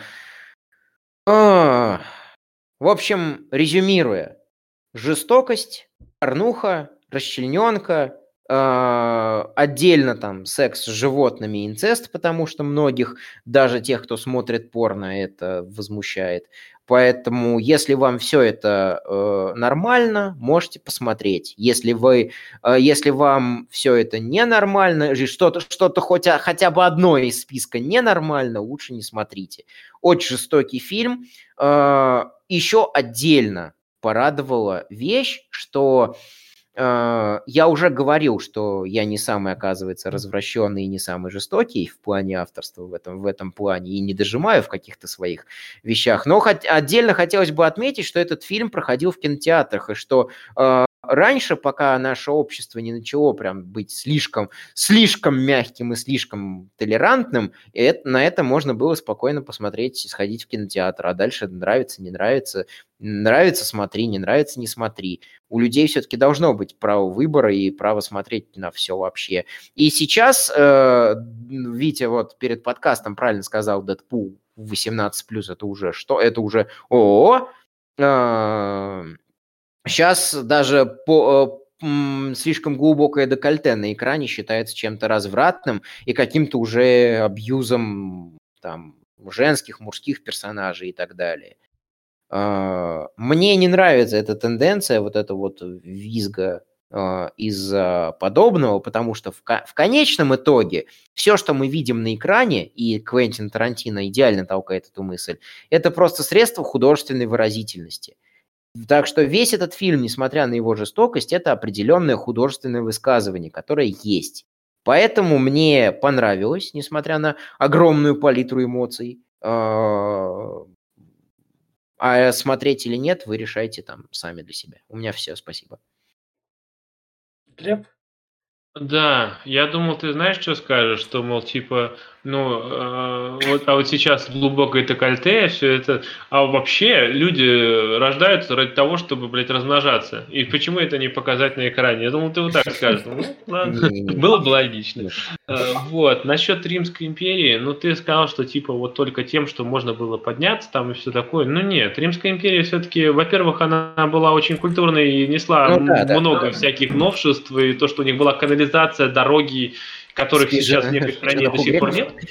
общем, резюмируя, жестокость, порнуха, расчлененка, отдельно там секс с животными, инцест, потому что многих, даже тех, кто смотрит порно, это возмущает. Поэтому, если вам все это э, нормально, можете посмотреть. Если вы, э, если вам все это ненормально, что-то, что-то хоть, хотя бы одно из списка ненормально, лучше не смотрите. Очень жестокий фильм. Э, еще отдельно порадовала вещь, что я уже говорил, что я не самый, оказывается, развращенный и не самый жестокий в плане авторства в этом, в этом плане и не дожимаю в каких-то своих вещах. Но хоть, отдельно хотелось бы отметить, что этот фильм проходил в кинотеатрах, и что э, раньше, пока наше общество не начало прям быть слишком, слишком мягким и слишком толерантным, это, на это можно было спокойно посмотреть, сходить в кинотеатр, а дальше нравится, не нравится, нравится – смотри, не нравится – не смотри. У людей все-таки должно быть право выбора и право смотреть на все вообще. И сейчас, э, Витя вот перед подкастом правильно сказал, Дэдпул восемнадцать плюс, это уже что? Это уже ООО. Э, сейчас даже по, э, слишком глубокое декольте на экране считается чем-то развратным и каким-то уже абьюзом там, женских, мужских персонажей и так далее. Мне не нравится эта тенденция, вот эта вот визга э, из-за подобного, потому что в, в конечном итоге все, что мы видим на экране, и Квентин Тарантино идеально толкает эту мысль, это просто средство художественной выразительности. Так что весь этот фильм, несмотря на его жестокость, это определенное художественное высказывание, которое есть. Поэтому мне понравилось, несмотря на огромную палитру эмоций. А смотреть или нет, вы решаете там сами для себя. У меня все, спасибо. Глеб? Да, я думал, ты знаешь, что скажешь, что, мол, типа, ну, э, вот, а вот сейчас глубокое декольте, все это, а вообще люди рождаются ради того, чтобы, блядь, размножаться. И почему это не показать на экране? Я думал, ты вот так скажешь. Ну, ладно, было бы логично. Вот, насчет Римской империи, ну, ты сказал, что, типа, вот только тем, что можно было подняться там и все такое. Ну, нет, Римская империя все-таки, во-первых, она была очень культурной и несла Ну, да, да. много всяких новшеств, и то, что у них была канализация, дороги, которых Спижи- сейчас в некоторых стране до сих пор нет.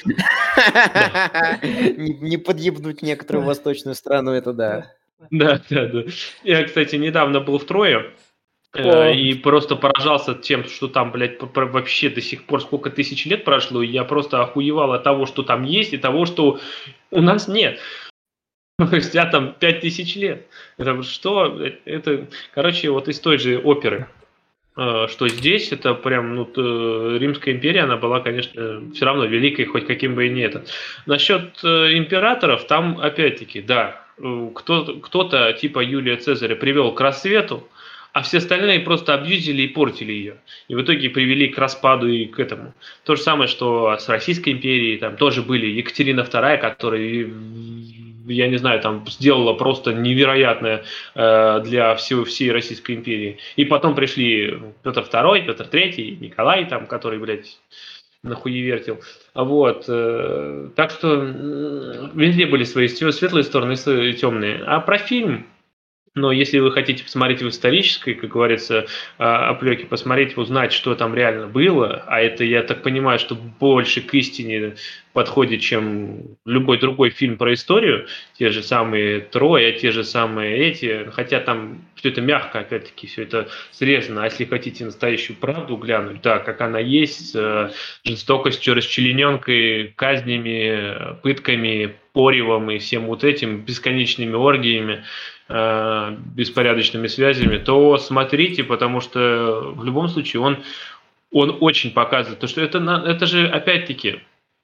Не не подъебнуть некоторую восточную страну, это да. Да, да, да. Я, кстати, недавно был в Трое, э, О. и просто поражался тем, что там, блядь, п- п- вообще до сих пор сколько тысяч лет прошло, и я просто охуевал от того, что там есть, и того, что у нас нет. То есть, а там пять тысяч лет. Это что? блядь, Это, короче, вот из той же оперы. э, Что здесь это прям, ну, т- Римская империя, она была, конечно, все равно великой, хоть каким бы и не это. Насчет э, императоров, там опять-таки, да, э, кто, кто-то типа Юлия Цезаря привел к рассвету, а все остальные просто абьюзили и портили ее. И в итоге привели к распаду и к этому. То же самое, что с Российской империей, там тоже были Екатерина вторая, которая, я не знаю, там сделала просто невероятное э, для всего, всей Российской империи. И потом пришли Петр второй, Петр третий, Николай, там, который, блядь, нахуевертил. Вот. Э, так что э, везде были свои светлые стороны и темные. А про фильм, Но если вы хотите посмотреть в исторической, как говорится, оплеке, посмотреть, узнать, что там реально было, а это, я так понимаю, что больше к истине подходит, чем любой другой фильм про историю, те же самые Троя, те же самые эти, хотя там все это мягко, опять-таки, все это срезано, а если хотите настоящую правду глянуть, да, как она есть, с жестокостью, расчлененкой, казнями, пытками, поревом и всем вот этим, бесконечными оргиями, беспорядочными связями, то смотрите, потому что в любом случае он, он очень показывает, то, что это, это же опять-таки,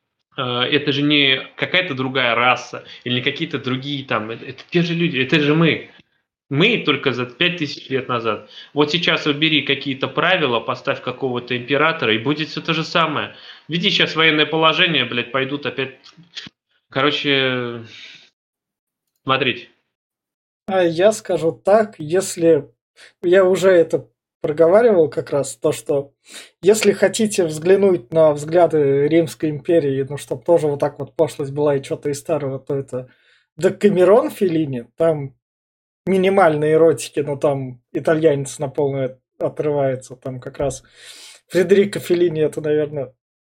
это же не какая-то другая раса или не какие-то другие там, это, это те же люди, это же мы. Мы только за пять тысяч лет назад. Вот сейчас убери какие-то правила, поставь какого-то императора, и будет все то же самое. Види, сейчас военное положение, блядь, пойдут опять... Короче, смотрите. А я скажу так, если... Я уже это проговаривал как раз, то, что если хотите взглянуть на взгляды Римской империи, ну, чтобы тоже вот так вот пошлость была и что-то из старого, то это Декамерон Феллини, там минимальные эротики, но там итальянец на полную отрывается, там как раз Фредерико Феллини, это, наверное...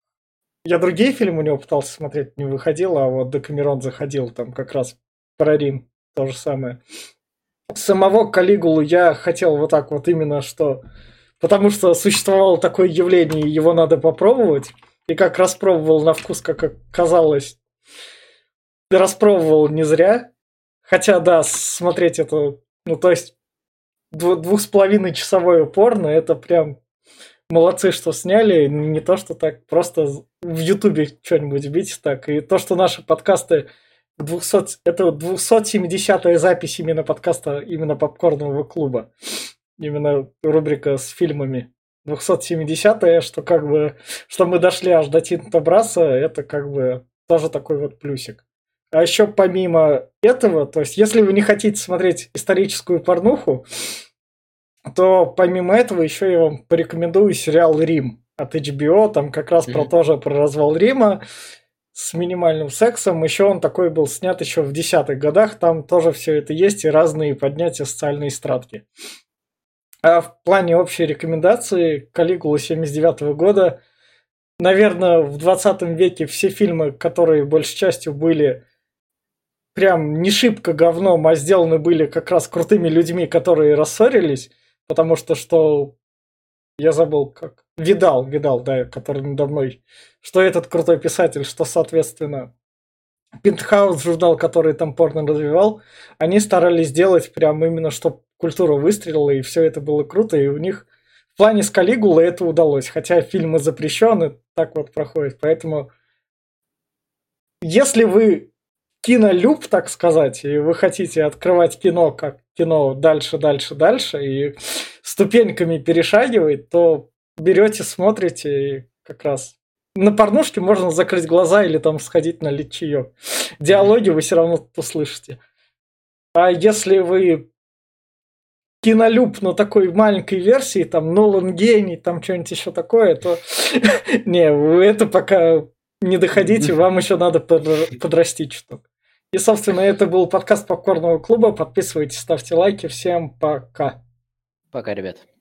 Я другие фильмы у него пытался смотреть, не выходил, а вот Декамерон заходил, там как раз про Рим. То же самое. Самого Калигулу я хотел вот так вот именно что... Потому что существовало такое явление, и его надо попробовать. И как распробовал на вкус, как оказалось, распробовал не зря. Хотя, да, смотреть это... Ну, то есть, двух с половиной часовое порно, это прям... Молодцы, что сняли. Не то, что так просто в Ютубе что-нибудь бить так. И то, что наши подкасты... двухсот, это двухсот семидесятая запись именно подкаста, именно попкорнового клуба. Именно рубрика с фильмами. двухсот семидесятая, что как бы, что мы дошли аж до Тинто Брасса, это как бы тоже такой вот плюсик. А еще помимо этого, то есть если вы не хотите смотреть историческую порнуху, то помимо этого еще я вам порекомендую сериал «Рим» от эйч би о, там как раз mm-hmm. про тоже про развал Рима, с минимальным сексом. Еще он такой был снят еще в десятых годах. Там тоже все это есть и разные поднятия социальной стратки. А в плане общей рекомендации Калигула семьдесят девятого года, наверное, в двадцатом веке все фильмы, которые большей частью были прям не шибко говном, а сделаны были как раз крутыми людьми, которые рассорились, потому что что... Я забыл, как... Видал, Видал, да, который надо мной. Что этот крутой писатель, что, соответственно, Пентхаус, журнал, который там порно развивал, они старались сделать прям именно, чтобы культура выстрелила, и все это было круто, и у них в плане с Калигулой это удалось. Хотя фильмы запрещены, так вот проходит. Поэтому, если вы кинолюб, так сказать, и вы хотите открывать кино как кино дальше, дальше, дальше, и ступеньками перешагивать, то берете, смотрите, и как раз на порнушке можно закрыть глаза или там сходить налить чаек. Диалоги вы все равно услышите. А если вы кинолюб, но такой маленькой версии, там Нолан гений, там что-нибудь еще такое, то не, вы это пока не доходите, вам еще надо подрастить что-то. И, собственно, это был подкаст Попкорного клуба. Подписывайтесь, ставьте лайки. Всем пока. Пока, ребят.